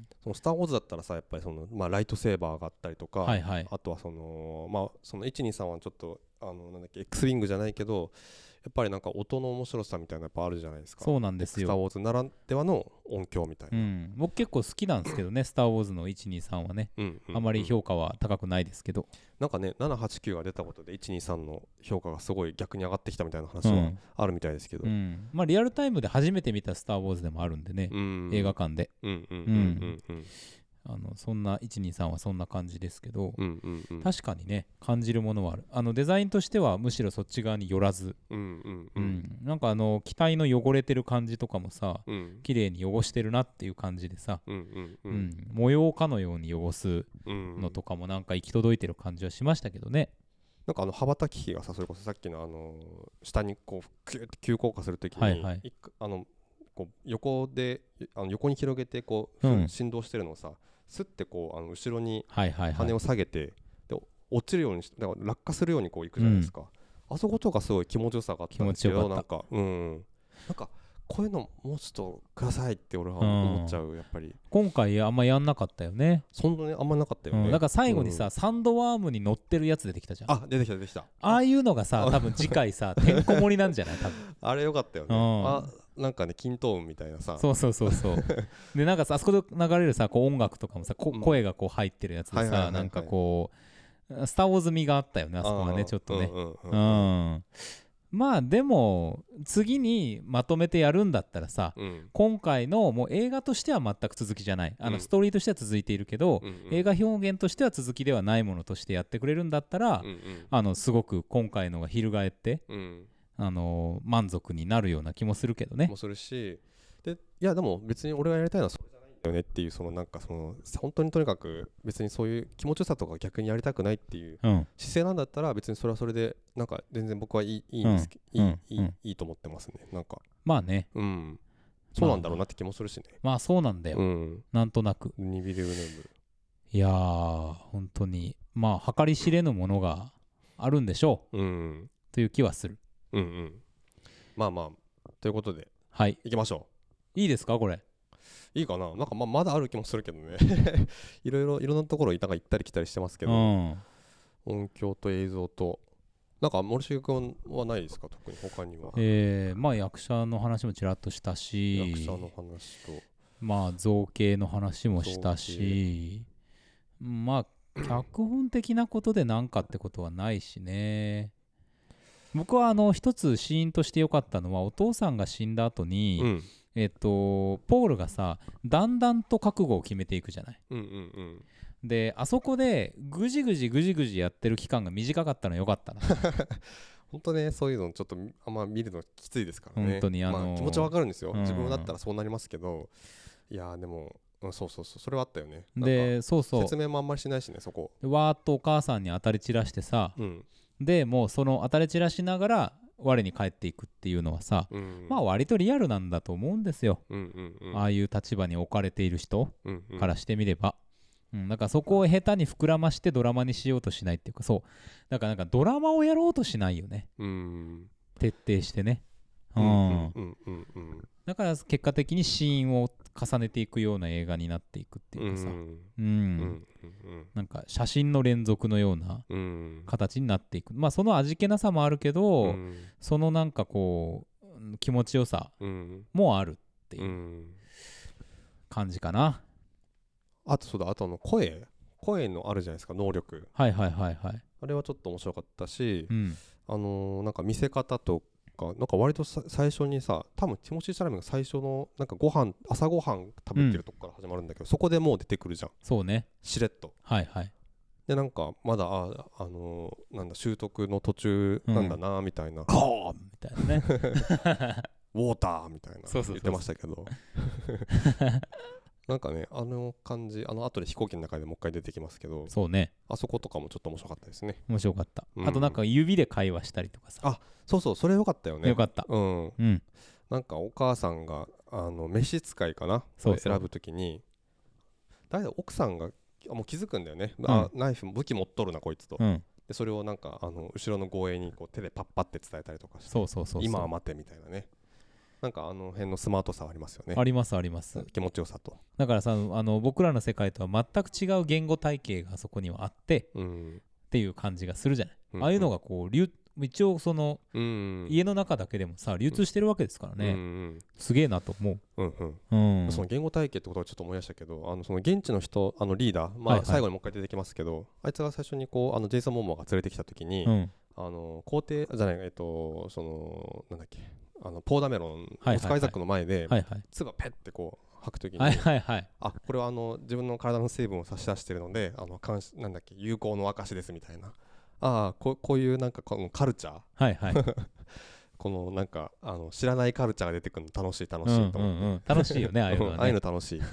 そのスター・ウォーズだったらさやっぱりそのまあライトセーバーがあったりとか、はいはい、あとはそのまあそのいちにさんはちょっとあのなんだっけ X ウィングじゃないけど。やっぱりなんか音の面白さみたいなやっぱあるじゃないですか。 そうなんですよ。 スター・ウォーズならではの音響みたいな、 うん、僕結構好きなんですけどねスター・ウォーズのいちにさんはね、うんうんうん、あまり評価は高くないですけどなんかねななはちきゅうが出たことでいちにさんの評価がすごい逆に上がってきたみたいな話はあるみたいですけど、うんうん、 まあリアルタイムで初めて見たスター・ウォーズでもあるんでね、うん、映画館であのそんないちにさんはそんな感じですけど、うんうんうん、確かにね感じるものはある。あのデザインとしてはむしろそっち側に寄らず、うんうんうんうん、なんかあの機体の汚れてる感じとかもさ、うん、綺麗に汚してるなっていう感じでさ、うんうんうんうん、模様かのように汚すのとかもなんか行き届いてる感じはしましたけどね。 なんかあの羽ばたき機がさそれこそさっきのあの下にこう急降下するときに、はいはい、あのこう横であの横に広げてこう、うん、振動してるのをさスッてこうあの後ろに羽を下げて、はいはいはい、で落ちるようにだから落下するようにこういくじゃないですか、うん、あそことかすごい気持ちよさがあったんですけどなんか、うん、なんかこういうのもうちょっとくださいって俺は思っちゃう、うん、やっぱり今回あんまやんなかったよね。 そんなにあんまなかったよね、うん、 だから最後にさ、うん、サンドワームに乗ってるやつ出てきたじゃん。 あ出てきた出てきた。 ああいうのがさ多分次回さてんこ盛りなんじゃない多分あれよかったよね、うん、あなんかね均等運みたいなさそうそうそうそうでなんかさあそこで流れるさこう音楽とかもさこ声がこう入ってるやつでさなんかこうスターウォーズ味があったよねあそこはねちょっとね。うん、うんうん、まあでも次にまとめてやるんだったらさ、うん、今回のもう映画としては全く続きじゃないあのストーリーとしては続いているけど、うんうん、映画表現としては続きではないものとしてやってくれるんだったら、うんうん、あのすごく今回のが翻って、うんあのー、満足になるような気もするけどね。 もするしでいやでも別に俺がやりたいのはそれじゃないんだよねっていうそのなんかその本当にとにかく別にそういう気持ちよさとか逆にやりたくないっていう姿勢なんだったら別にそれはそれでなんか全然僕はいい、いいんですけど、うん、いい、うん、いい、いいと思ってますね。なんかまあねうんそうなんだろうなって気もするしね。 まあそうなんだよ、うん、なんとなくニビルネームいやー本当にまあ計り知れぬものがあるんでしょう、うん、という気はする。 うんうん。まあまあということで、 はい、 行きましょう。いいですかこれ。 いいかな。なんか ま, まだある気もするけどねいろいろいろんなところなんか行ったり来たりしてますけど、うん、音響と映像となんか森重君はないですか特に他には。 えー、まあ役者の話もちらっとしたし、 役者の話とまあ造形の話もしたし、まあ脚本的なことで何かってことはないしね。僕はあの一つシーンとして良かったのはお父さんが死んだ後に、うん、えっとポールがさだんだんと覚悟を決めていくじゃない、うんうんうん、であそこでぐじぐじぐじぐじやってる期間が短かったのよかったな本当ねそういうのちょっとあんま見るのきついですからね。 本当にあのーまあ、気持ちわかるんですよ、うん、自分だったらそうなりますけど、いやでも、うん、そうそうそうそれはあったよね。 でそうそう説明もあんまりしないしねそこわーっとお母さんに当たり散らしてさ、うん、でもうその当たり散らしながら我に返っていくっていうのはさ、うん、まあ割とリアルなんだと思うんですよ、うんうんうん、ああいう立場に置かれている人からしてみれば、うんうん、だからそこを下手に膨らましてドラマにしようとしないっていうか、そうだからなんかドラマをやろうとしないよね、うん、徹底してね、うんうんうんうんうん、だから結果的にシーンを重ねていくような映画になっていくっていうかさ、うんうんうん、なんか写真の連続のような形になっていく、まあその味気なさもあるけど、うん、そのなんかこう気持ちよさもあるっていう感じかな。 あとそうだあとの声声のあるじゃないですか能力、 はいはいはいはい、 あれはちょっと面白かったし、うん、あのー、なんか見せ方となんか割と最初にさ多分ティモシー・シャラメが最初のなんかご飯朝ごはん食べてるとこから始まるんだけど、うん、そこでもう出てくるじゃん。 そうねしれっとはいはいでなんかまだあ、あのー、なんだ習得の途中なんだなみたいな、うん、 コーンみたいなねウォーターみたいな言ってましたけどなんかねあの感じあの後で飛行機の中でもう一回出てきますけど、 そうねあそことかもちょっと面白かったですね。 面白かった、うん、あとなんか指で会話したりとかさ、 あそうそうそれよかったよね。 よかった、 うん、うん、なんかお母さんがあの召使いかなそうそう選ぶときに誰だ奥さんがもう気づくんだよね、うん、あナイフ武器持っとるなこいつと、うん、でそれをなんかあの後ろの護衛にこう手でパッパって伝えたりとかして、 そうそうそうそう今は待てみたいなね、なんかあの辺のスマートさはありますよね。 ありますあります。 気持ちよさと。 だからさあの僕らの世界とは全く違う言語体系がそこにはあって、うん、っていう感じがするじゃない、うんうん、ああいうのがこう流一応その、うんうん、家の中だけでもさ流通してるわけですからね、うんうん、すげえなと思う、うんうんうん、その言語体系ってことはちょっと思い出したけどあのその現地の人あのリーダー、まあはいはい、最後にもう一回出てきますけどあいつが最初にこうあのジェイソン・モモが連れてきた時に、うん、あの皇帝じゃないえっとそのなんだっけあのポーダメロン、はいはいはい、オスカー・アイザックの前で、はいはい、唾ペッてこう吐くときに、はいはいはい、あこれはあの自分の体の成分を差し出しているのであのなんだっけ有効の証ですみたいな、あこ, こういうなんかこのカルチャー、はいはい、このなんかあの知らないカルチャーが出てくるの楽しい楽しいと思って、うんうんうん、 楽しいよねああいうのはねああいうの楽しい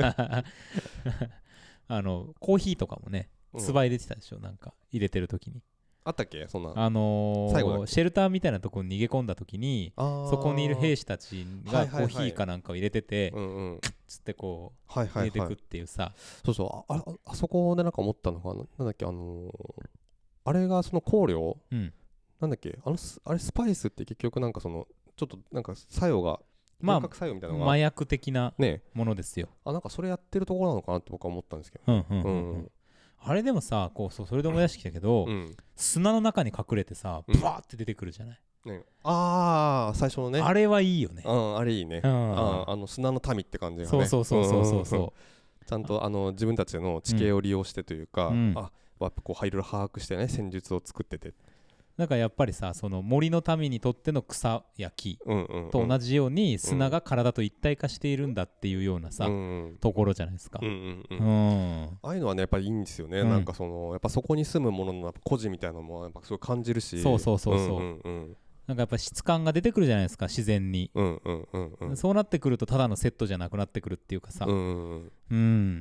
あのコーヒーとかもねつばい出てたでしょ、うん、なんか入れてるときにあったっけそんな、 あのー、最後シェルターみたいなところに逃げ込んだ時にそこにいる兵士たちがコーヒーかなんかを入れてて、はいはいはい、つってこう、はいはいはい、入れてくっていうさ、 そうそう あ, あ, あそこでなんか思ったのが な, なんだっけあのー、あれがその香料、うん、なんだっけあのあれスパイスって結局なんかそのちょっとなんか作用がまあ作用みたいなのが麻薬的なものですよ、ね、 あなんかそれやってるところなのかなって僕は思ったんですけど、うんうんうんうんうん、あれでもさこうそうそれで思い出してきたけど、うん、砂の中に隠れてさブワーって出てくるじゃない、 うんね、ああ最初のねあれはいいよね、 うん、あれいいね、うん、あ, あの砂の民って感じがねそうそうそうそうそうそう、うん、 ちゃんとあの自分たちの地形を利用してというか、うん、あやっぱこういろいろ把握してね戦術を作っててなんかやっぱりさその森の民にとっての草や木と同じように砂が体と一体化しているんだっていうようなさ、うんうん、ところじゃないですか、うんうんうんうん、ああいうのはねやっぱりいいんですよね、うん、なんかそのやっぱそこに住むものの個人みたいなのもやっぱすごい感じるしそうそうそうそう、うんうんうんなんかやっぱ質感が出てくるじゃないですか自然に、うんうんうんうん、そうなってくるとただのセットじゃなくなってくるっていうかさ、うんうんうん、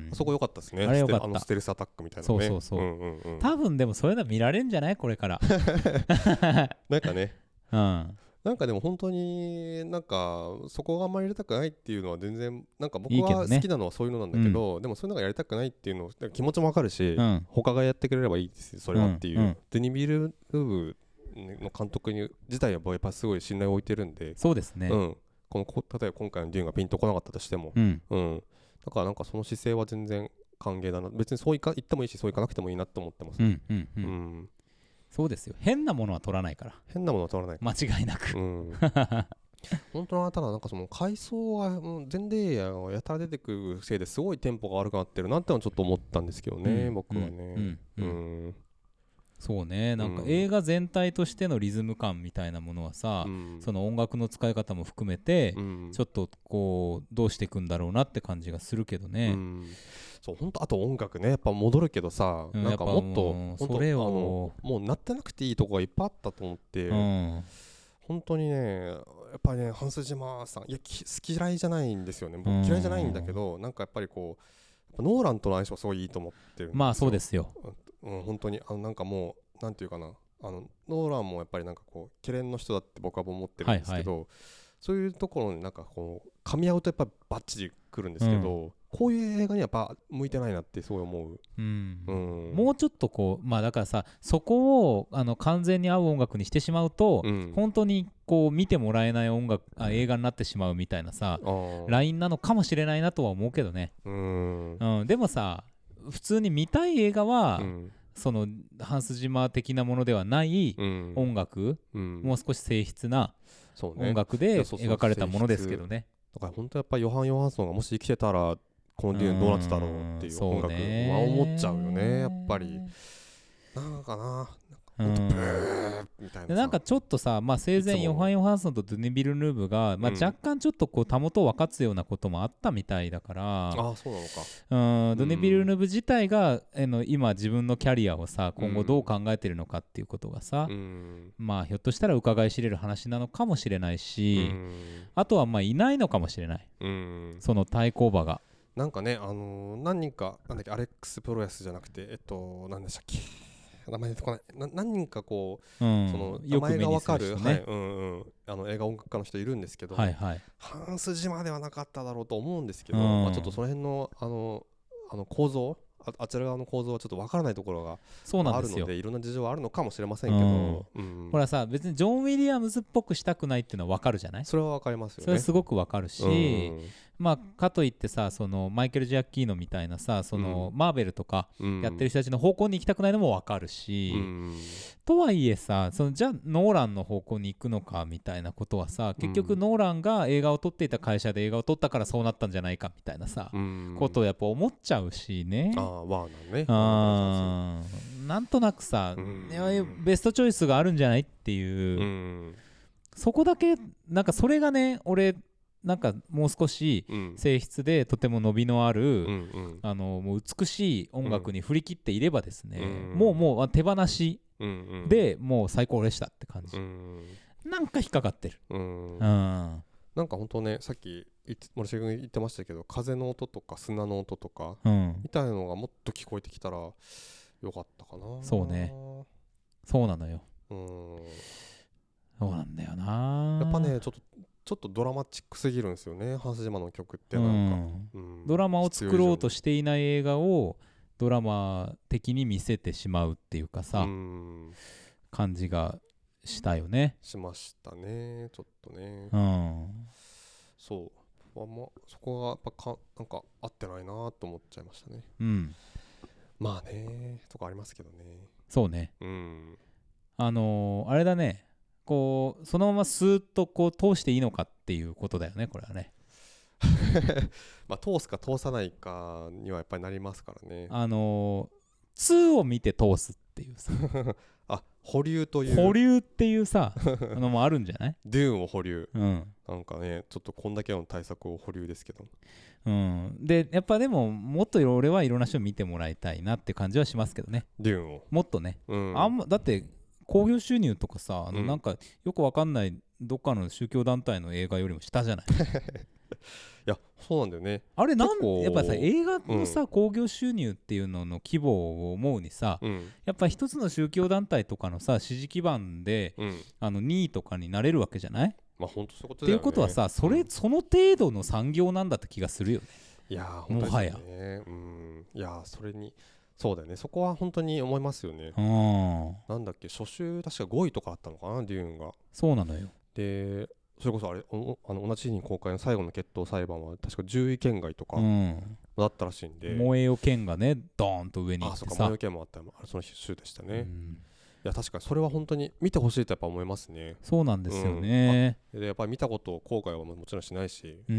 あそこ良かったですね。 あれ良かった、 あのステルスアタックみたいなね。 そうそうそう、うんうんうん、多分でもそういうの見られるんじゃないこれからなんかね、うん、なんかでも本当になんかそこがあんまりやりたくないっていうのは全然なんか僕は好きなのはそういうのなんだけど、いいけどね、うん、でもそういうのがやりたくないっていうの気持ちもわかるし、うん、他がやってくれればいいですそれはっていう、うんうん、デニビルヌーブの監督に自体はやっぱすごい信頼を置いてるんで、 そうですね、 うん、このこ例えば今回のデューンがピンとこなかったとしても、 うんうん、だからなんかその姿勢は全然歓迎だな。別にそういか言ってもいいしそういかなくてもいいなって思ってます、 うんうんうん、 うん、 そうですよ。変なものは取らないから、 変なものは取らない、 間違いなく、 うん、本当はただなんかその階層が全レイヤーがやたら出てくるせいですごいテンポが悪くなってるなってのはちょっと思ったんですけどね、 うん、 僕はね、 うんうんうんうんそうね、なんか映画全体としてのリズム感みたいなものはさ、うん、その音楽の使い方も含めて、うん、ちょっとこうどうしていくんだろうなって感じがするけどね、うん、 そう本当あと音楽ねやっぱ戻るけどさ、うん、なんかもっとそれをもうなってなくていいとこがいっぱいあったと思って、うん、本当にねやっぱりねハンス・ジマーさんいや好き嫌いじゃないんですよね、僕嫌いじゃないんだけど、なんかやっぱりこうノーランとの相性すごいいいと思ってるんですよ。 まあそうですよ、 うん、本当にあのなんかもうなんていうかな、あのノーランもやっぱりなんかこうケレンの人だって僕は思ってるんですけど、はいはい、そういうところになんかこう噛み合うとやっぱバッチリくるんですけど、うん、こういう映画にはやっぱ向いてないなってすごい思う、うんうん、 もうちょっとこうまあだからさそこをあの完全に合う音楽にしてしまうと、うん、本当にこう見てもらえない音楽あ映画になってしまうみたいなさラインなのかもしれないなとは思うけどね、うんうん、でもさ普通に見たい映画は、うんそのハンス・ジマー的なものではない音楽、うん、もう少し静筆な音楽で描かれたものですけどね。 だから本当やっぱりヨハン・ヨハンソンがもし生きてたらこのデューンどうなってたろうっていう音楽は思っちゃうよねやっぱり。なんかなほんとブーみたいななんかちょっとさ、まあ、生前ヨハン・ヨハンソンとドゥニ・ビルヌーブが、まあ、若干ちょっとこうたもとを分かつようなこともあったみたいだから、 ああそうなのか、 うん、ドゥニ・ビルヌーブ自体があの今自分のキャリアをさ今後どう考えてるのかっていうことがさ、うん、まあひょっとしたら伺い知れる話なのかもしれないし、うん、あとはまあいないのかもしれない、うん、その対抗馬がなんかね、あのー、何人かなんだっけアレックス・プロヤスじゃなくてえっと何でしたっけ名前出てこないな何人かこう、うん、その名前が分かる、ねはいうんうん、あの映画音楽家の人いるんですけど、はいはい、ハンス・ジマーではなかっただろうと思うんですけど、うんまあ、ちょっとその辺のあのあの構造 あ, あちら側の構造はちょっと分からないところがあるのでいろんな事情はあるのかもしれませんけど、うんうん、ほらさ別にジョン・ウィリアムズっぽくしたくないっていうのは分かるじゃない。 それは分かりますよね。 それはすごく分かるし、うんまあ、かといってさそのマイケル・ジャッキーノみたいなさその、うん、マーベルとかやってる人たちの方向に行きたくないのも分かるし、うん、とはいえさそのじゃあノーランの方向に行くのかみたいなことはさ結局ノーランが映画を撮っていた会社で映画を撮ったからそうなったんじゃないかみたいなさ、うん、ことをやっぱ思っちゃうしね。 ああワーナーねあなんとなくさ、うん、ベストチョイスがあるんじゃないっていう、うん、そこだけなんかそれがね俺なんかもう少し静筆でとても伸びのある、うん、あのもう美しい音楽に振り切っていればですね、うん、もうもう手放しでもう最高でしたって感じ、うん、なんか引っかかってる、うんうん、 なんかほんとねさっき森重君言ってましたけど風の音とか砂の音とか、うん、みたいなのがもっと聞こえてきたらよかったかな。 そうねそうなのよ、うん、そうなんだよな。 やっぱねちょっとちょっとドラマチックすぎるんですよねハンス・ジマーの曲ってなんか、うんうん、ドラマを作ろうとしていない映画をドラマ的に見せてしまうっていうかさ、うん、感じがしたよね。 しましたねちょっとね、うん、そう、まあ、そこがやっぱかなんか合ってないなと思っちゃいましたね、うん、まあねとかありますけどね。 そうね、うん、あのー、あれだねこうそのままスーッとこう通していいのかっていうことだよねこれはねまあ通すか通さないかにはやっぱりなりますからね。 あのー、にを見て通すっていうさあ保留という保留っていうさあのもあるんじゃないデューンを保留、うん、なんかねちょっとこんだけの対策を保留ですけど、 うん、でやっぱでももっと俺はいろんな人見てもらいたいなって感じはしますけどねデューンをもっとね、うん、あんまだって興行収入とかさあのなんかよくわかんないどっかの宗教団体の映画よりも下じゃないいやそうなんだよね。 あれなんやっぱさ映画のさ興行、うん、収入っていうのの規模を思うにさ、うん、やっぱ一つの宗教団体とかのさ支持基盤で、うん、あのにいとかになれるわけじゃない。 まあ本当そういうことだよね。っていうことはさそれ、うん、その程度の産業なんだって気がするよね。 いや本当ですね。もはや、うん、いやそれにそうだよね、そこは本当に思いますよね。 うん、 なんだっけ、初週確かごいとかあったのかな、デューンが。 そうなのよ。 でそれこそあれおあの同じ日に公開の最後の決闘裁判は確かじゅうい県外とかうん、 だったらしいんで、 燃えよ剣がねドーンと上に行ってさ、 あ、そうか、燃えよ剣もあったよ、あれその週でしたね。 うん、 いや確かにそれは本当に見てほしいとやっぱ思いますね。 そうなんですよね、 うん、でやっぱり見たことを後悔はもちろんしないし、 うん、うん、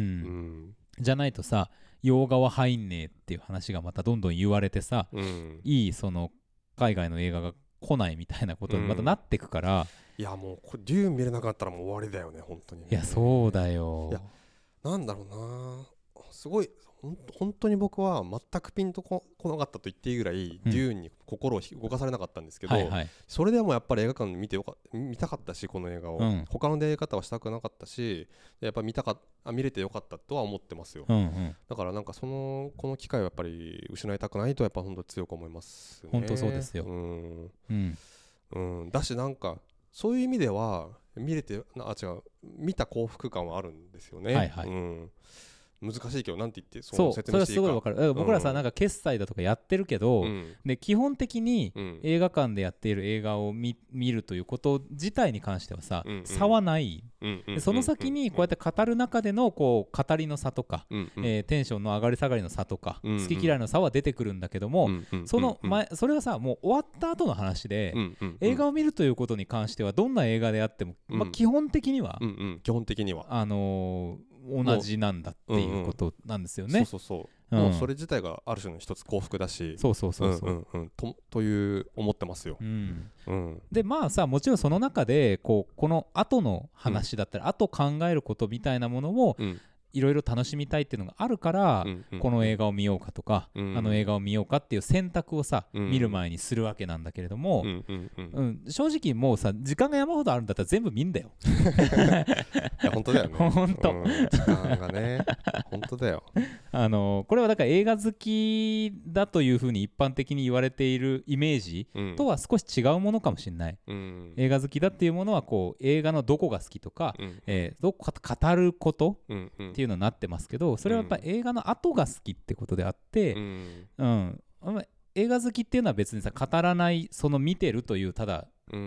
じゃないとさ、洋画は入んねえっていう話がまたどんどん言われてさ、 うん、 いいその海外の映画が来ないみたいなことにまたなってくから、うん、 いやもうこれデューン見れなかったらもう終わりだよね本当にね。 いやそうだよ。 いやなんだろうな、すごい本当に僕は全くピンとこ来なかったと言っていいぐらい、うん、デューンに心を動かされなかったんですけど、はいはい、それでもやっぱり映画館で見てよか見たかったし、この映画を、うん、他の出会い方はしたくなかったし、やっぱり見たかあ見れてよかったとは思ってますよ、うんうん、だからなんかそのこの機会はやっぱり失いたくないとやっぱ本当強く思いますね。 本当そうですよ、 うんうんうん、だしなんかそういう意味では見れてあ違う見た幸福感はあるんですよね、はいはい、うん、難しいけどなんて言ってその説明していいか。そう、それはすごいわかる。僕らさ、うん、なんか決済だとかやってるけど、うん、で基本的に映画館でやっている映画を 見, 見るということ自体に関してはさ、うんうん、差はない、うんうん、でその先にこうやって語る中でのこう語りの差とか、うんうん、えー、テンションの上がり下がりの差とか、うんうん、好き嫌いの差は出てくるんだけども、うんうん、その前それはさもう終わった後の話で、うんうんうん、映画を見るということに関してはどんな映画であっても、うん、まあ、基本的には、うんうん、基本的にはあのー同じなんだっていうことなんですよね。 そうそうそう、うん、もうそれ自体がある種の一つ幸福だし、 そうそうそうそう、 うんうんうん、と, という思ってますよ、 うんうん、でまあさもちろんその中でこうこの後の話だったり、うん、後考えることみたいなものを、うんいろいろ楽しみたいっていうのがあるから、うんうん、この映画を見ようかとか、うんうん、あの映画を見ようかっていう選択をさ、うんうん、見る前にするわけなんだけれども、うんうんうんうん、正直もうさ時間が山ほどあるんだったら全部見んだよ。 いや本当だよね。 本当、 うん、時間がね本当だよ。 あのこれはだから映画好きだというふうに一般的に言われているイメージとは少し違うものかもしれない、うん、映画好きだっていうものはこう映画のどこが好きとか、うんえー、どこか語ることっていうのになってますけど、それはやっぱり映画の後が好きってことであって、うんうん、映画好きっていうのは別にさ語らないその見てるというただ、うん、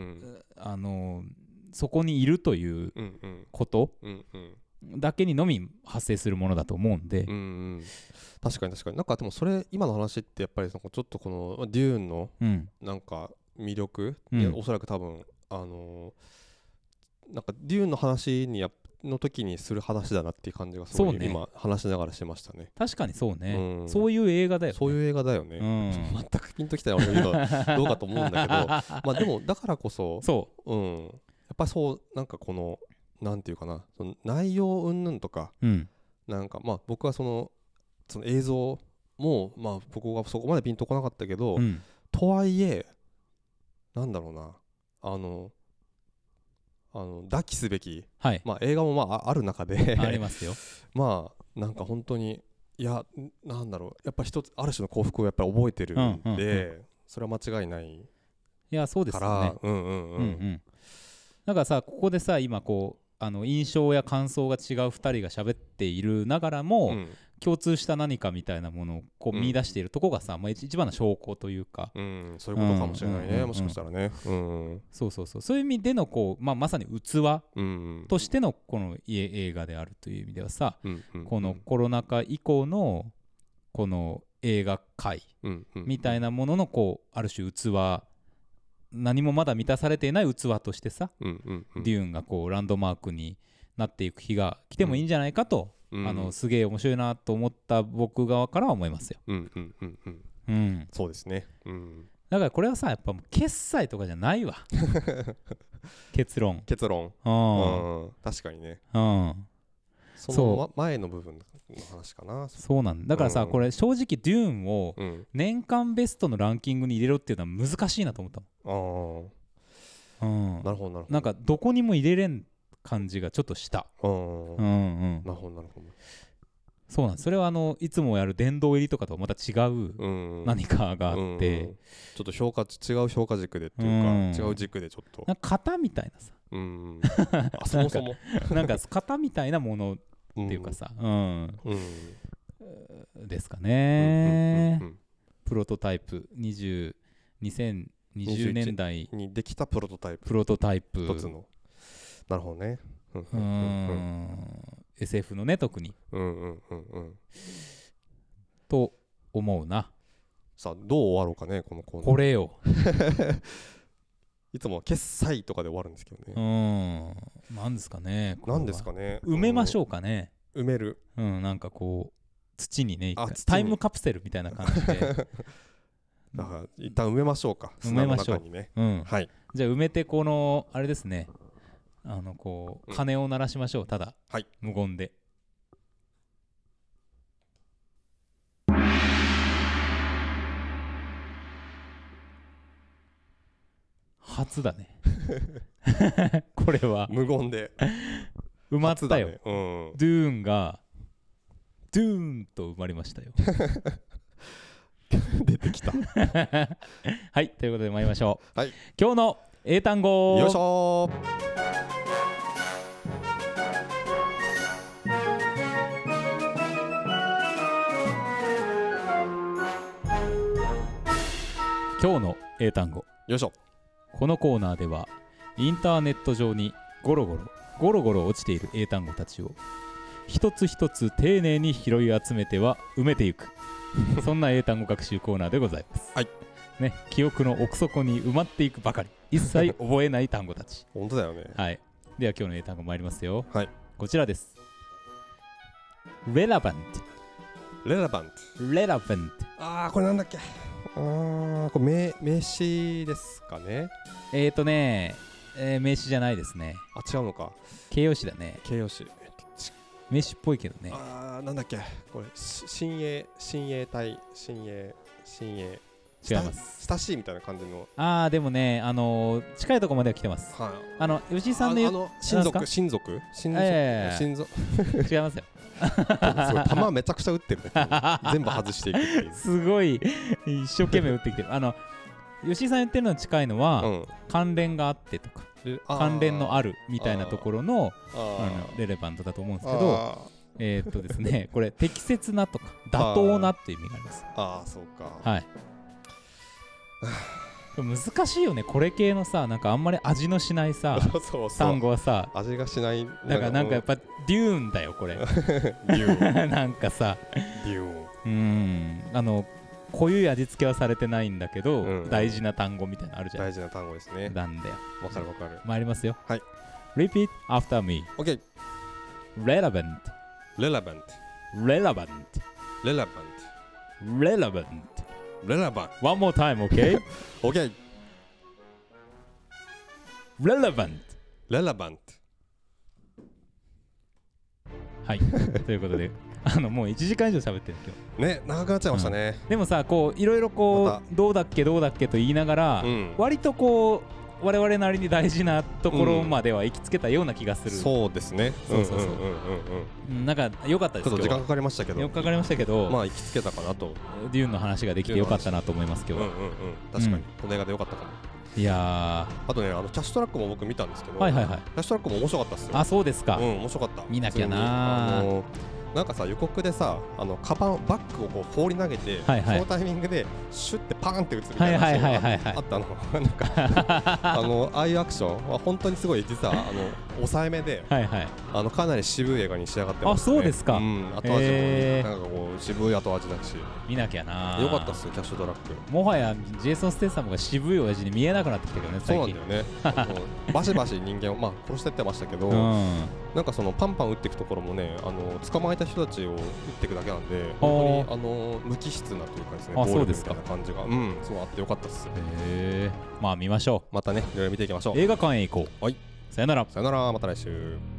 あのそこにいるということだけにのみ発生するものだと思うんで、うんうん、 確かに確かになんかでもそれ今の話ってやっぱりちょっとこのデューンのなんか魅力、うん、おそらく多分あのなんかデューンの話にやの時にする話だなっていう感じがすごい、ね、今話しながらしましたね。 確かにそうね、うん、そういう映画だよね。 そういう映画だよね、うん、全くピンときたら俺が言うのはどうかと思うんだけどまあでもだからこそそう、うん、やっぱそうなんかこのなんていうかなその内容云々とか、うん、なんかまあ僕はそのその映像もまあ僕はそこまでピンとこなかったけど、うん、とはいえなんだろうなあのあの抱きすべき、はいまあ、映画もまあある中でありますよまあなんか本当にいやなんだろうやっぱ一つある種の幸福をやっぱり覚えてるんで、うんうんうん、それは間違いないから。いやそうですよね、うんうんうんうんうん、だからさここでさ今こうあの印象や感想が違うふたりが喋っているながらも、うん、共通した何かみたいなものをこう見出しているところがさ、うんまあ、一番の証拠というか、うん、 そういうことかもしれないね、うんうん、もしかしたらね、うん、 そうそうそうそういう意味でのこう、まあ、まさに器としてのこの映画であるという意味ではさ、うんうん、このコロナ禍以降のこの映画界みたいなもののこうある種器何もまだ満たされていない器としてさ、うんうんうん、デューンがこうランドマークになっていく日が来てもいいんじゃないかと、うん、あのすげえ面白いなと思った僕側からは思いますよ、うんうんうんうんうん、 そうですね、うん、 だからこれはさやっぱもう決済とかじゃないわ結論結論、うんうん、確かにね、うんその、ま、前の部分の話かな。 そうなんだからさ、うん、これ正直デューンを年間ベストのランキングに入れろっていうのは難しいなと思ったもん。あ、うん、なるほどなるほど。なんかどこにも入れれん感じがちょっとした。うんうん。 なるほどなるほど。 そうなんです。それはあのいつもやる殿堂入りとかとはまた違う何かがあって、うんうん、 ちょっと評価違う評価軸でっていうか、うん、違う軸でちょっとなんか型みたいなさ、うん、 あそもそもなんか型みたいなものっていうかさ、うんうん、ですかね、うんうんうんうん、 プロトタイプにじゅうにせんにじゅうねんだいにできたプロトタイププロトタイプ一つのなるほどねうーん エスエフ のね特にうんうんうんうんと思うな。 さあどう終わろうかねこのコーナー。 これよいつも決済とかで終わるんですけどうね。 ーんなんですかねこれはなんですかね。 埋めましょうかね。 埋める。 うんなんかこう土にね一回あ土にタイムカプセルみたいな感じでだから一旦埋めましょうか。 埋めましょう砂の中にね。 うんはい。 じゃあ埋めてこのあれですねあのこううん鐘を鳴らしましょう。ただ、 はい無言で初だねこれは無言で埋まったよ、 初だねうん、 ドゥーンがドゥーンと埋まりましたよ出てきたはいということで参りましょう、 はい、 今日の英単語よいしょ今日の英単語。 よいしょ。 このコーナーではインターネット上にゴロゴロゴロゴロ落ちている英単語たちを一つ一つ丁寧に拾い集めては埋めていくそんな英単語学習コーナーでございます。 はいね、記憶の奥底に埋まっていくばかり一切覚えない単語たち本当だよね。 はいでは今日の英単語参りますよ。 はいこちらです。 relevant relevant relevant あーこれなんだっけ。あーこれ名名詞ですかね。 えーとね、えー名詞じゃないですね。 あ違うのか。 形容詞だね。 形容詞。えっとち名詞っぽいけどね。 あーなんだっけこれし親衛親衛隊親衛親衛違います親しいみたいな感じの。 あーでもね、あのー近いところまでは来てます。 はい。 あの吉井さんの言うああの親族なんす親族親族ええ親族違いますよすごい弾めちゃくちゃ撃ってるね全部外していくっていうすごい一生懸命打ってきてる。あの吉井さん言ってるのに近いのは、 うん関連があってとか関連のあるみたいなところのああのレレバントだと思うんですけあど、 あえーっとですねこれ適切なとか妥当なっていう意味があります。 あーそうか。 はいこれ難しいよねこれ系のさ、なんかあんまり味のしないさそうそう単語はさ、 味がしない。 だからなんかやっぱデューンだよこれデューンなんかさデューンうーんあの濃い味付けはされてないんだけど、 うんうん大事な単語みたいなのあるじゃん。 大事な単語ですね。 なんだよ。 わかるわかる。 参りますよ。 はい。 Repeat after me. OK relevant relevant relevant relevant relevant relevant one more time, okay? OK relevant relevant はいということであのもういちじかん以上喋ってる今日ね長くなっちゃいましたね。 でもさこういろいろこう、 まどうだっけどうだっけと言いながら、 うん割とこう我々なりに大事なところまでは行きつけたような気がする、 そうですね。 そうそうそううんうんうんうんうんなんか良かったですちょっと時間か今日はかりましたけど。 よくかかりましたけど、 まあ行きつけたかなと。 デューンの話ができてよかったなと思います今日は、 うんうんうん確かにこの映画でよかったかも。 いやあとねあのキャッシュトラックも僕見たんですけど。 ーはいはいはいキャッシュトラックも面白かったっすよ。 あそうですか、 うん面白かった。 見なきゃな普通にあのなんかさ予告でさあのカバンバッグをこう放り投げて、 はいはいそのタイミングでシュッてパーンって打つみたいなはいシーンがはいはいはいはいあったのなんかあのああいうアクションは本当にすごい実はあの抑えめではいはいあのかなり渋い映画に仕上がってますね。 あそうですかうん後味もへーなんかこう渋い後味だし見なきゃな。 よかったっすよキャッシュトラック。 もはやジェイソン・ステイサムが渋い親父に見えなくなってきたけどねそう最近。 なんだよねあのバシバシ人間をまあ殺してってましたけど、 うんなんかそのパンパン打っていくところもねあの捕まえた人たちを撃っていくだけなんであー本当にあの無機質なというかですねあ暴力みそうですかたいな感じがうんすごいあってよかったっす。 へえまあ見ましょまたねいろいろ見ていきましょう。 う。映画館へ行こう。 はいさよなら。 さよならまた来週。